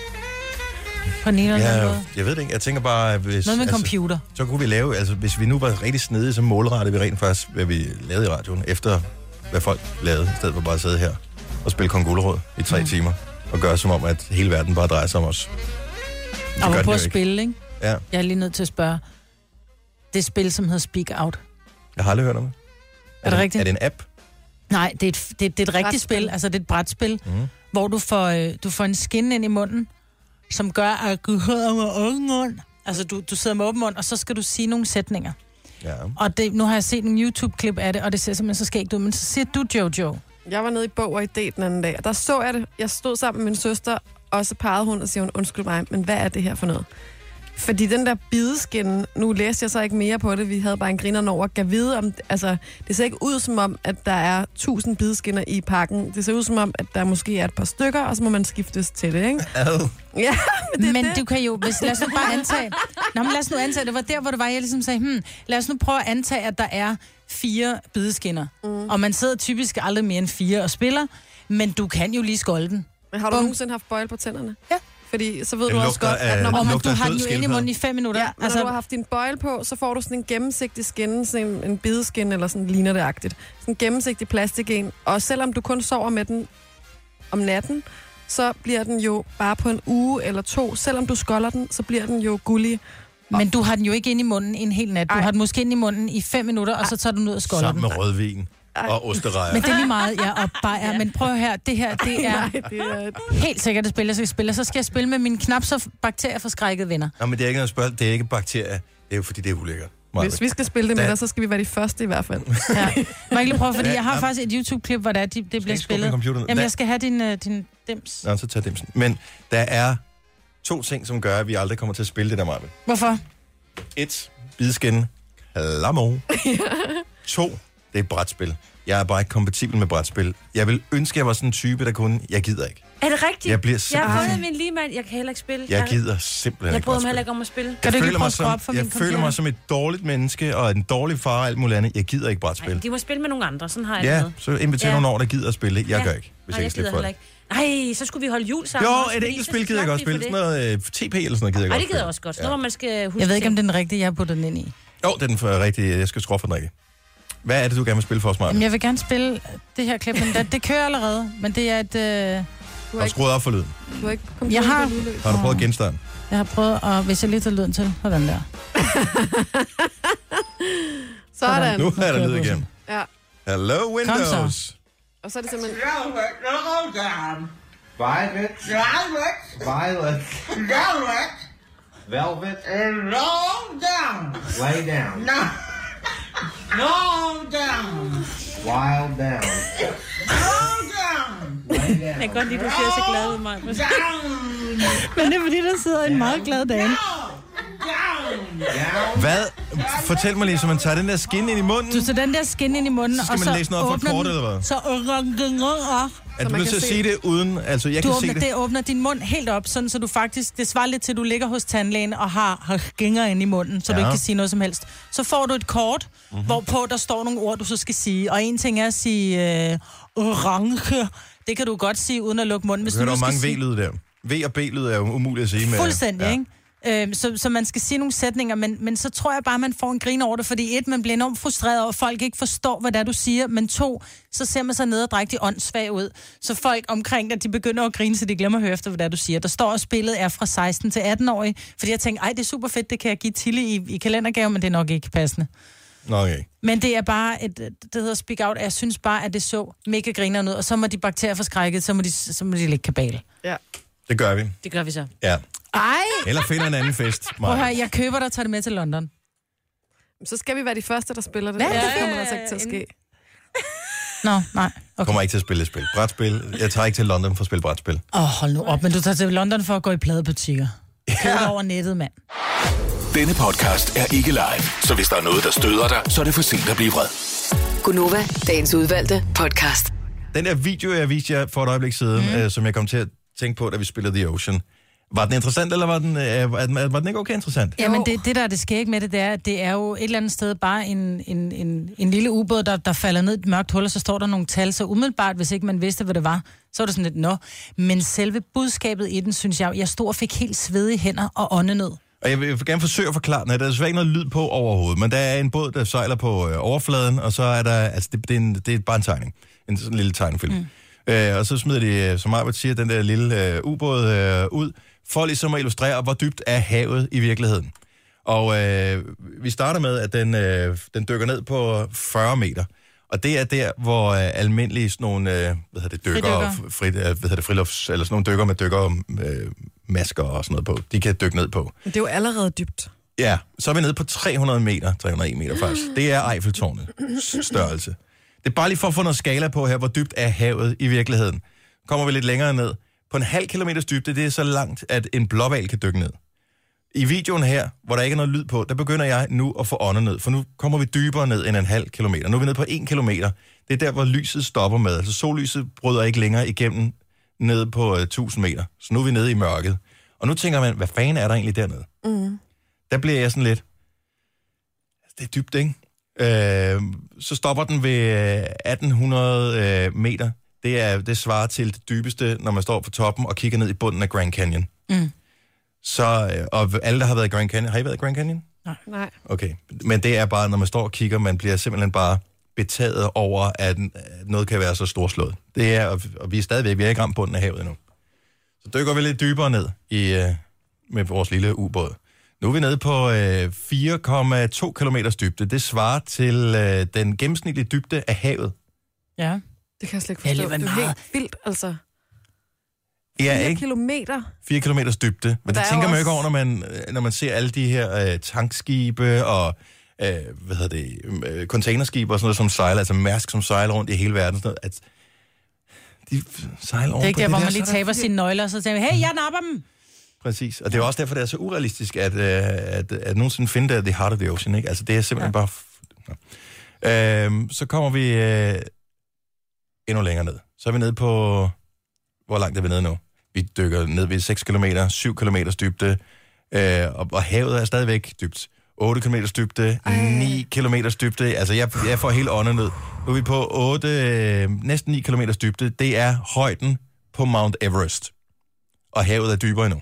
På den ene eller anden Ja, måde. jeg ved det ikke. Jeg tænker bare, at hvis... Noget med altså, computer. Så kunne vi lave, altså hvis vi nu var rigtig snedige, så målrettede vi rent faktisk, hvad vi lavede i radioen, efter hvad folk lavede, i stedet for bare at sidde her og spille kongulerråd i tre mm. timer, og gøre som om, at hele verden bare drejer sig om os. Det Og gør på den at jo ikke. spille, ikke? Ja. Jeg er lige nødt til at spørge. Det spil, som hedder Speak Out. Jeg har aldrig hørt om det. Er det rigtigt? Er det en app? Nej, det er et, det, det er et rigtigt Brætspil. spil. Altså, det er et brætspil, Mm. hvor du får, øh, du får en skin ind i munden, som gør, at du sidder med åben mund. Altså, du, du sidder med åben mund, og så skal du sige nogle sætninger. Ja. Og det, nu har jeg set en YouTube-klip af det, og det ser simpelthen så skægt ud. Men så siger du, Jojo. Jeg var nede i Bog og Idé den anden dag, og der så jeg det. Jeg stod sammen med min søster, og så pegede hun og siger hun, undskyld mig, men hvad er det her for noget? Fordi den der bideskin, nu læste jeg så ikke mere på det, vi havde bare en griner over, gav vide om, altså, det ser ikke ud som om, at der er tusind bideskinner i pakken. Det ser ud som om, at der måske er et par stykker, og så må man skiftes til det, ikke? Ad. Ja, men det Men er det. du kan jo, hvis, lad os nu bare antage, nå, men lad os nu antage, det var der, hvor det var, jeg ligesom sagde, hmm, lad os nu prøve at antage, at der er fire bideskinner, mm. og man sidder typisk aldrig mere end fire og spiller, men du kan jo lige skolde den. Men har du Bum. nogensinde haft bøjle på tænderne? Ja. Fordi så ved Den du også lugter godt, af- at når den Og man, lugter du af har død den jo ind i skildpadde. munden i fem minutter. Ja, altså, når du har haft din bøjle på, så får du sådan en gennemsigtig skin, sådan en, en bideskin, eller sådan ligner det agtigt. Sådan en gennemsigtig plastik en. Og selvom du kun sover med den om natten, så bliver den jo bare på en uge eller to. Selvom du skolder den, så bliver den jo gullig. Men du har den jo ikke ind i munden en hel nat. Du Ej. har den måske ind i munden i fem minutter, og så tager du den ud og skolder Sammen den. med rødvin og osterejer. Men det er lige meget, ja, og bare er. Men prøv her, det her, det er Nej, det er... helt sikkert et spil, jeg skal spille. Så skal jeg spille med mine knap så bakterieforskrækkede venner. Nå, men det er ikke noget spørgsmål. Det er ikke bakterier. Det er jo fordi, det er ulækkert. Hvis vi skal spille det med Da- dig, så skal vi være de første i hvert fald. Ja. Må jeg ikke lige prøve, fordi Ja, jeg har ja. faktisk et YouTube-klip, hvor det, er, de, det bliver ikke skubbe spillet. min computer ned? Jamen, Da- jeg skal have din, uh, din dims. Nå, så tag dimsen. Men der er to ting, som gør, at vi aldrig kommer til at spille det der, Marve. Hvorfor? Et, bideskin. Lamo. To, det er et brætspil. Jeg er bare ikke kompatibel med brætspil. Jeg vil ønske, at jeg var sådan en type, der kunne. Jeg gider ikke. Er det rigtigt? Jeg bliver Jeg har simpelthen- fundet min lige mand. Jeg kan heller ikke spille. Jeg gider simpelthen Jeg ikke bryder mig brætspil. heller ikke om at spille. Kan du ikke føler lige prøve mig at skrue som, op for jeg min føler computer? mig som et dårligt menneske, og en dårlig far og alt muligt andet. Jeg gider ikke brætspil. Nej, de må spille med nogle andre. Sådan har jeg det Ja, med. så inviter Ja. nogle over, der gider at spille. Jeg Ja. gør ikke, hvis Nej, jeg jeg kan slippe gider for heller det. ikke. Nej, så skulle vi holde jul sammen. Jo, også, et fordi enkelt så spil gider jeg slap godt vi for spille. Sådan det. noget uh, T P eller sådan noget gider jeg Nej, godt det gider jeg spille. også godt. Så når man skal huske Jeg ved ikke, om ting. det er den rigtige, jeg har puttet den ind i. Jo, det er den for rigtige. Jeg skal skrue for den rigtige. Hvad er det, du gerne vil spille for os, Martin? Jamen, jeg vil gerne spille det her klip, men det, det kører allerede. Men det er et... Øh... Har du skruet op for lyden? Du har ikke Jeg har, Har du prøvet at genstarte? jeg har prøvet, og hvis jeg lige tager lyden til, sådan der. Sådan. Nu er der lyd igen. Ja. Hello, Windows. Og så er det simpelthen... Violet. Violet. Violet. Violet. Velvet. And long down. Lay down. No. Long down. Wild down. Long down. Lay down. Jeg kan godt lide, du ser så glad ud, Maja. Down. Men det er fordi, der sidder en meget glad dame. Down. Hvad? Fortæl mig lige, så man tager den der skin ind i munden. Du tager den der skin ind i munden, Så skal og man så læse noget fra et åbner kort, den- eller hvad? Så Er du man nødt til kan at se- sige det uden... Altså, jeg du kan åbner, se det. det åbner din mund helt op, sådan, så du faktisk... Det svarer lidt til, at du ligger hos tandlægen og har, har gænger inde i munden, så ja. du Ja. ikke kan sige noget som helst. Så får du et kort, Mhm. mm-hmm. hvorpå der står nogle ord, du så skal sige. Og en ting er at sige øh, orange. Det kan du godt sige, uden at lukke munden. Hvis Du hører nu der skal mange sige... V-lyde der. V og B-lyde er jo umuligt at sige med... Fuldstændig, ja. Ikke? Øh, så, så man skal sige nogle sætninger, men, men så tror jeg bare, man får en grin over det, fordi et, man bliver enormt frustreret over, at folk ikke forstår, hvad det er, du siger, men to, så ser man sig ned og drikke de åndssvag ud. Så folk omkring dig, de begynder at grine, så de glemmer at høre efter, hvad det er, du siger. Der står, at spillet er fra seksten til atten-årige, fordi jeg tænker, ej, det er super fedt, det kan jeg give Tilly i, i kalendergave, men det er nok ikke passende. Okay. Men det er bare, et, det hedder Speak Out, og jeg synes bare, at det så mega griner ud, og så må de bakterier forskrækket, så må de, så må de lægge kabale. Ja. Det gør vi. Det gør vi så. Ja. Ej! Eller finder en anden fest. Prøv at høre, jeg køber dig og tager det med til London. Så skal vi være de første, der spiller det. Hvad? Det kommer altså ikke til at ske. Nå, nej. Okay. Kommer ikke til at spille et spil. Brætspil. Jeg tager ikke til London for at spille brætspil. Åh, oh, hold nu op. Men du tager til London for at gå i pladebutikker. Ja. Over nettet, mand. Denne podcast er ikke live, så hvis der er noget, der støder dig, så er det for sent at blive vred. Gunova, dagens udvalgte podcast. Den der video, jeg viste jer for et øjeblik siden, mm. øh, som jeg kom til at tænke på, da vi spillede The Ocean. Var den interessant, eller var den, øh, var den ikke okay interessant? Jamen, det, det der er det skæg med det, det er, det er jo et eller andet sted bare en, en, en, en lille ubåd, der, der falder ned i et mørkt hul, og så står der nogle tal, så umiddelbart, hvis ikke man vidste, hvad det var, så var det sådan lidt, nå. Men selve budskabet i den, synes jeg, jeg stod og fik helt svedige hænder og åndenød. Og jeg vil gerne forsøge at forklare den. Der er desværre ikke noget lyd på overhovedet, men der er en båd, der sejler på øh, overfladen, og så er der, altså det, det, er, en, det er bare en tegning. En sådan en lille tegnefilm. Mm. Øh, og så smider de, som Arbet siger, den der lille øh, ubåd øh, ud, for ligesom at illustrere, hvor dybt er havet i virkeligheden. Og øh, vi starter med, at den, øh, den dykker ned på fyrre meter. Og det er der, hvor øh, almindelige sådan nogle, øh, hvad hedder det, dykker, fri, øh, hvad hedder det, frilufts, eller sådan nogle dykker med dykker øh, masker og sådan noget på, de kan dykke ned på. Det er jo allerede dybt. Ja, så er vi nede på tre hundrede meter, tre hundrede og en meter faktisk. Det er Eiffeltårnet størrelse. Det er bare lige for at få noget skala på her, hvor dybt er havet i virkeligheden. Kommer vi lidt længere ned. På en halv kilometers dybde, det er så langt, at en blåhval kan dykke ned. I videoen her, hvor der ikke er noget lyd på, der begynder jeg nu at få åndenød, for nu kommer vi dybere ned end en halv kilometer. Nu er vi nede på en kilometer. Det er der, hvor lyset stopper med. Altså sollyset bryder ikke længere igennem ned på uh, tusind meter. Så nu er vi nede i mørket. Og nu tænker man, hvad fanden er der egentlig dernede? Mm. Der bliver jeg sådan lidt... Det er dybt, ikke? Øh, så stopper den ved atten hundrede øh, meter. Det, er, det svarer til det dybeste, når man står på toppen og kigger ned i bunden af Grand Canyon. Mm. Så, og alle, der har været i Grand Canyon... Har I været i Grand Canyon? Nej. Nej. Okay. Men det er bare, når man står og kigger, man bliver simpelthen bare betaget over, at noget kan være så storslået. Det er, og vi er stadigvæk, vi er ikke ramt bunden af havet endnu. Så dykker vi lidt dybere ned i, med vores lille ubåd. Nu er vi nede på øh, fire komma to kilometers dybde. Det svarer til øh, den gennemsnitlige dybde af havet. Ja. Det kan jeg slet ikke forstå. Det er helt vildt, altså. Ja, fire ikke? kilometer. Fire kilometers dybde. Men det tænker man jo ikke over, når man, når man ser alle de her øh, tankskibe og øh, hvad hedder det, øh, containerskibe og sådan noget, som sejler, altså Mærsk, som sejler rundt i hele verden. Sådan noget, at de sejler over. Det er ikke der, hvor man lige så taber sine nøgler, og så tænker vi, hey, jeg napper dem! Præcis, og det er også derfor, det er så urealistisk, at, øh, at, at nogensinde finde det the heart of the ocean, ikke? Altså, det er simpelthen ja. bare... F- øh, så kommer vi øh, endnu længere ned. Så er vi nede på... Hvor langt er vi nede nu? Vi dykker ned ved seks kilometer, syv kilometers dybde, øh, og, og havet er stadigvæk dybt. otte kilometers dybde, Ej. ni kilometers dybde. Altså, jeg, jeg får helt åndenød. Nu er vi på otte, øh, næsten ni kilometers dybde. Det er højden på Mount Everest. Og havet er dybere endnu.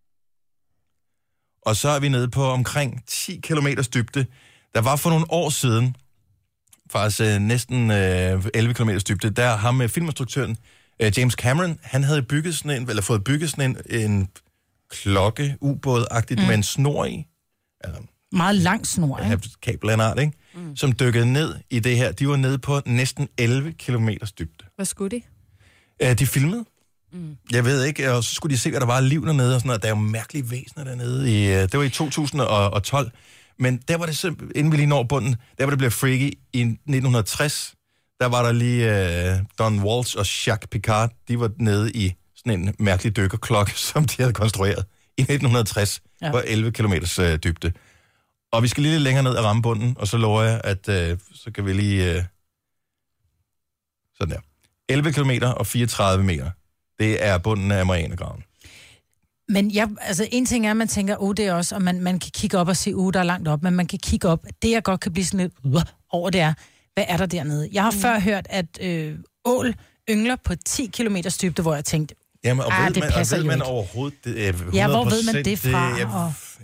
Og så er vi nede på omkring ti kilometers dybde. Der var for nogle år siden, faktisk øh, næsten øh, elleve kilometers dybde, der ham med filminstruktøren øh, James Cameron, han havde bygget sådan en, eller fået bygget sådan en, en klokke, ubåd-agtigt, mm. med en snor i. Eller, meget lang snor, ikke? Kabel af en art, ikke? Mm. Som dykkede ned i det her. De var nede på næsten elleve kilometers dybde. Hvad skulle de? Øh, de filmede. Mm. Jeg ved ikke, og så skulle de se, at der var liv dernede og sådan noget. Der er jo mærkelige væsener dernede. I, det var i to tusind og tolv. Men der var det simpelthen, inden vi lige når bunden, der var det blevet freaky i nitten tres. Der var der lige uh, Don Walsh og Jacques Picard. De var nede i sådan en mærkelig dykkerklokke, som de havde konstrueret i nitten tres ja. På elleve kilometers uh, dybde. Og vi skal lige lidt længere ned og ramme bunden, og så lover jeg, at uh, så kan vi lige... Uh, sådan der. elleve kilometer og fireogtredive meter. Det er bunden af Marianergraven. Men jeg, altså en ting er, at man tænker, åh, oh, det er også, og man, man kan kigge op og se, åh, oh, der er langt op, men man kan kigge op. Det, jeg godt kan blive sådan lidt uh, over, det er, hvad er der dernede? Jeg har mm. før hørt, at øh, ål yngler på ti kilometers dybde, hvor jeg tænkte, jamen, og ah, ved det man, passer og ved man ikke. overhovedet det, øh, ja, hvor ved man det fra? Det, jeg, og...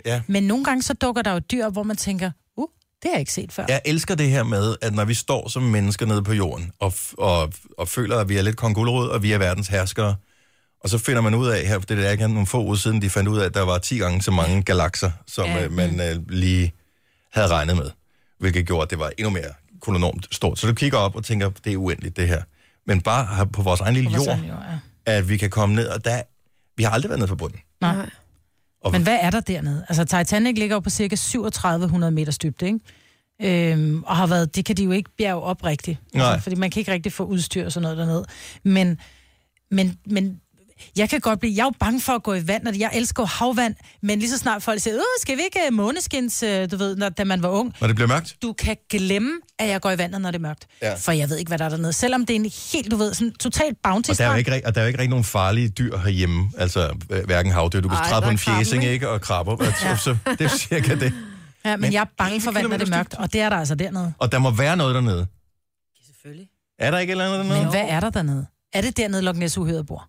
Ja. Men nogle gange så dukker der jo dyr, hvor man tænker, uh, det har jeg ikke set før. Jeg elsker det her med, at når vi står som mennesker nede på jorden, og, og, og føler, at vi er lidt kongulrod, og vi er verdens herskere, og så finder man ud af, her, det er ikke nogle få uger siden, de fandt ud af, at der var ti gange så mange galakser, som ja. øh, man øh, lige havde regnet med, hvilket gjorde, at det var endnu mere kolonormt stort. Så du kigger op og tænker, det er uendeligt det her. Men bare på vores egen lille jord, jord ja. At vi kan komme ned, og der, vi har aldrig været nede på bunden. Nej. Og men hvad er der dernede? Altså Titanic ligger jo på cirka syvogtredive hundrede meters dybde, ikke? Øhm, og har været, det kan de jo ikke bjerge op rigtigt. Altså, fordi man kan ikke rigtig få udstyr og sådan noget dernede. Men, men, men jeg kan godt blive, jeg er jo bange for at gå i vand, og jeg elsker jo havvand, men lige så snart folk siger, øh, skal vi ikke måneskins, du ved, når, da man var ung. Når det bliver mørkt? Du kan glemme, at jeg går i vandet, når det er mørkt. Ja. For jeg ved ikke, hvad der er dernede. Selvom det er en helt, du ved, sådan totalt bounty. Og der er jo ikke, og der er jo ikke rigtig nogen farlige dyr herhjemme, altså hverken havdyr. Du kan træde på en fjæsing, ikke, og krabber. Ja. Så det er cirka det. Ja, men, men jeg er bange for vand, når det er mørkt, og det er der altså dernede. Og der må være noget dernede. Ja, selvfølgelig. Er der ikke et eller andet dernede? Men hvad er der dernede? Er det dernede, Loch Ness-uhyret bor?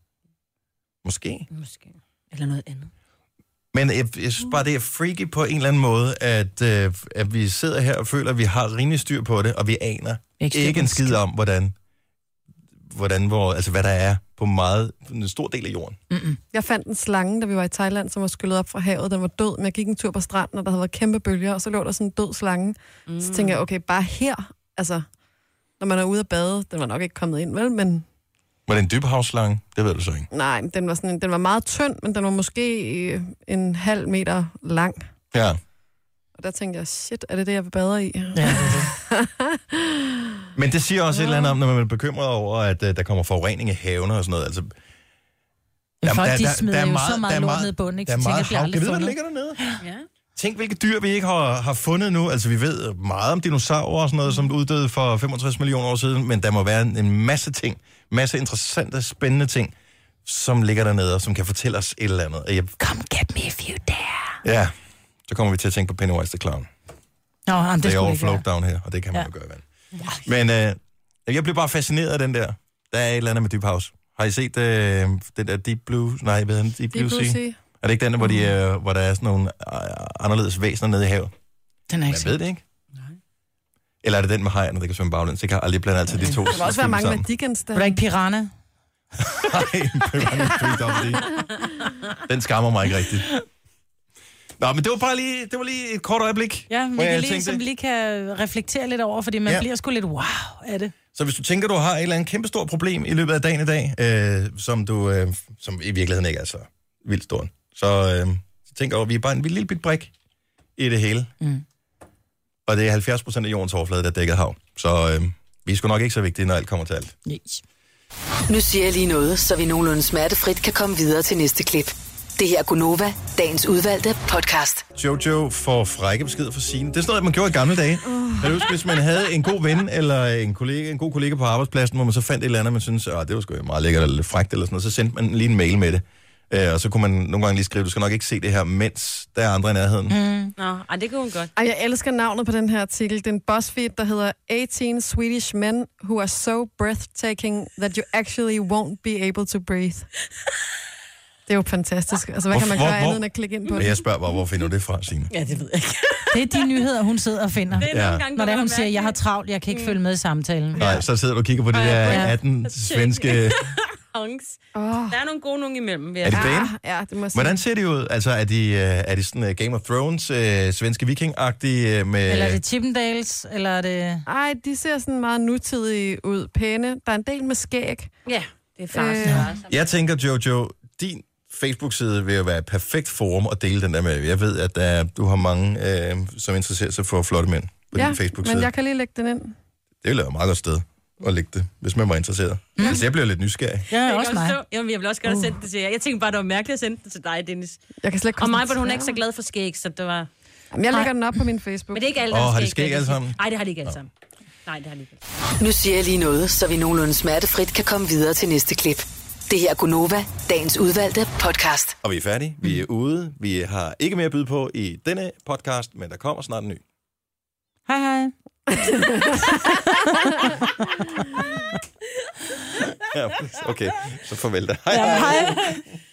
Måske. Måske. Eller noget andet. Men jeg, jeg synes bare, det er freaky på en eller anden måde, at, øh, at vi sidder her og føler, at vi har rimelig styr på det, og vi aner ikke, ikke en skid om, hvordan, hvordan hvor, altså, hvad der er på meget, en stor del af jorden. Mm-mm. Jeg fandt en slange, da vi var i Thailand, som var skyllet op fra havet. Den var død, men jeg gik en tur på stranden, og der havde været kæmpe bølger, og så lå der sådan en død slange. Mm. Så tænkte jeg, okay, bare her, altså, når man er ude at bade, den var nok ikke kommet ind, vel, men... Var det en dybhavsslange? Det ved du så ikke. Nej, den var, sådan en, den var meget tynd, men den var måske en halv meter lang. Ja. Og der tænkte jeg, shit, er det det, jeg vil bade i? Ja, det er det. Men det siger også ja. Et eller andet om, når man er bekymret over, at uh, der kommer forurening i havene og sådan noget. Altså, men folk, der, de smider der, der jo meget, så meget lort ned i bunden, ikke? Der er så meget tænker, hav. Jeg ved, hvad der ligger dernede. Ja. Tænk, hvilke dyr vi ikke har, har fundet nu. Altså, vi ved meget om dinosaurer og sådan noget, som uddøde for femogtres millioner år siden, men der må være en, en masse ting, masse interessante, spændende ting, som ligger dernede, og som kan fortælle os et eller andet. Jeg... Come get me if you dare. Ja, så kommer vi til at tænke på Pennywise the Clown. Nå, jamen, det, det er skulle all ikke float down her, og det kan man ja. Jo gøre i vand. Men øh, jeg blev bare fascineret af den der. Der er et eller andet med Deep House. Har I set øh, den der Deep Blue? Nej, hvad hedder den? Deep Blue, Deep Blue Sea? sea? Er det ikke den, hvor, de, øh, hvor der er sådan nogle øh, anderledes væsener nede i havet? Den er ikke jeg ved det ikke. Nej. Eller er det den med hajerne, der kan svømme baglæns? Det kan aldrig blande altid de to. Der må også være mange med Dickens der. Var der ikke Piranha? Nej, Piranha Street Dump. Den skammer mig ikke rigtigt. Nå, men det var bare lige, det var lige et kort øjeblik. Ja, men jeg lige, tænkte, som lige kan reflektere lidt over, fordi man ja. Bliver sgu lidt wow af det. Så hvis du tænker, du har et eller andet kæmpestort problem i løbet af dagen i dag, øh, som du, øh, som i virkeligheden ikke er så vildt stort, så, øh, så tænker jeg, at vi er bare en lille bit brik i det hele. Mm. Og det er halvfjerds procent af jordens overflade, der er dækket hav. Så øh, vi er sgu nok ikke så vigtige, når alt kommer til alt. Nej. Nu siger jeg lige noget, så vi nogenlunde smertefrit kan komme videre til næste klip. Det her er Gunova, dagens udvalgte podcast. Jojo får frække beskeder fra Signe. Det er sådan noget, man gjorde i gamle dage. Uh. Jeg husker, hvis man havde en god ven eller en, kollega, en god kollega på arbejdspladsen, hvor man så fandt et eller andet, man synes, at det var sgu meget lækkert eller lidt frækt eller sådan noget, så sendte man lige en mail med det. Uh, og så kunne man nogle gange lige skrive, du skal nok ikke se det her, mens der er andre i nærheden. Mm. Nå, ej, det kunne hun godt. Ej, jeg elsker navnet på den her artikel. Det er en BuzzFeed, der hedder eighteen Swedish men who are so breathtaking that you actually won't be able to breathe. Det er jo fantastisk. Altså, hvad hvor, kan man gøre hvor, andet end at klikke ind på det? Jeg spørger bare, hvor finder du det fra, Signe? Ja, det ved jeg ikke. Det er de nyheder, hun sidder og finder. Det er ja. Gange, når det, hun siger, jeg har travlt, jeg kan ikke mm. følge med i samtalen. Nej, så sidder du og kigger på de der atten svenske... Oh. Der er nogle gode nogle imellem. Er de pæne? Ja, det må jeg sige. Hvordan ser de ud? Altså, er de, er de sådan uh, Game of Thrones, uh, svenske viking-agtige? Uh, med... Eller er det Chippendales? Eller er det... Ej, de ser sådan meget nutidige ud. Pæne. Der er en del med skæg. Ja, det er faktisk. Øh. Jeg tænker, Jojo, din Facebook-side vil jo være et perfekt forum at dele den der med. Jeg ved, at der, du har mange, øh, som interesserer sig for flotte mænd på ja, din Facebook-side. men jeg kan lige lægge den ind. Det ville være et meget godt sted at lægge det, hvis man var interesseret. Mm. Altså, jeg bliver lidt nysgerrig. Ja, jeg også mig. Jamen, jeg vil også gerne uh. sende det til jer. Jeg tænkte bare, det var mærkeligt at sende det til dig, Dennis. Jeg kan slet ikke og mig, hun er ikke så glad for skæg, så det var... Jamen, jeg lægger den op på min Facebook. Men det er ikke alle, der oh, har skæg. Har de skæg alle sammen? Nej, det har de ikke alle sammen. Nej, det har de ikke. Nu siger jeg lige noget, så vi nogenlunde smertefrit kan komme videre til næste klip. Det her er Gunova, dagens udvalgte podcast. Og vi er færdige. Vi er ude. Vi har ikke mere at byde på i denne podcast, men der kommer snart en ny. Hej, hej. Ja, okay, så farvel da. Hej, hej. Ja, hej.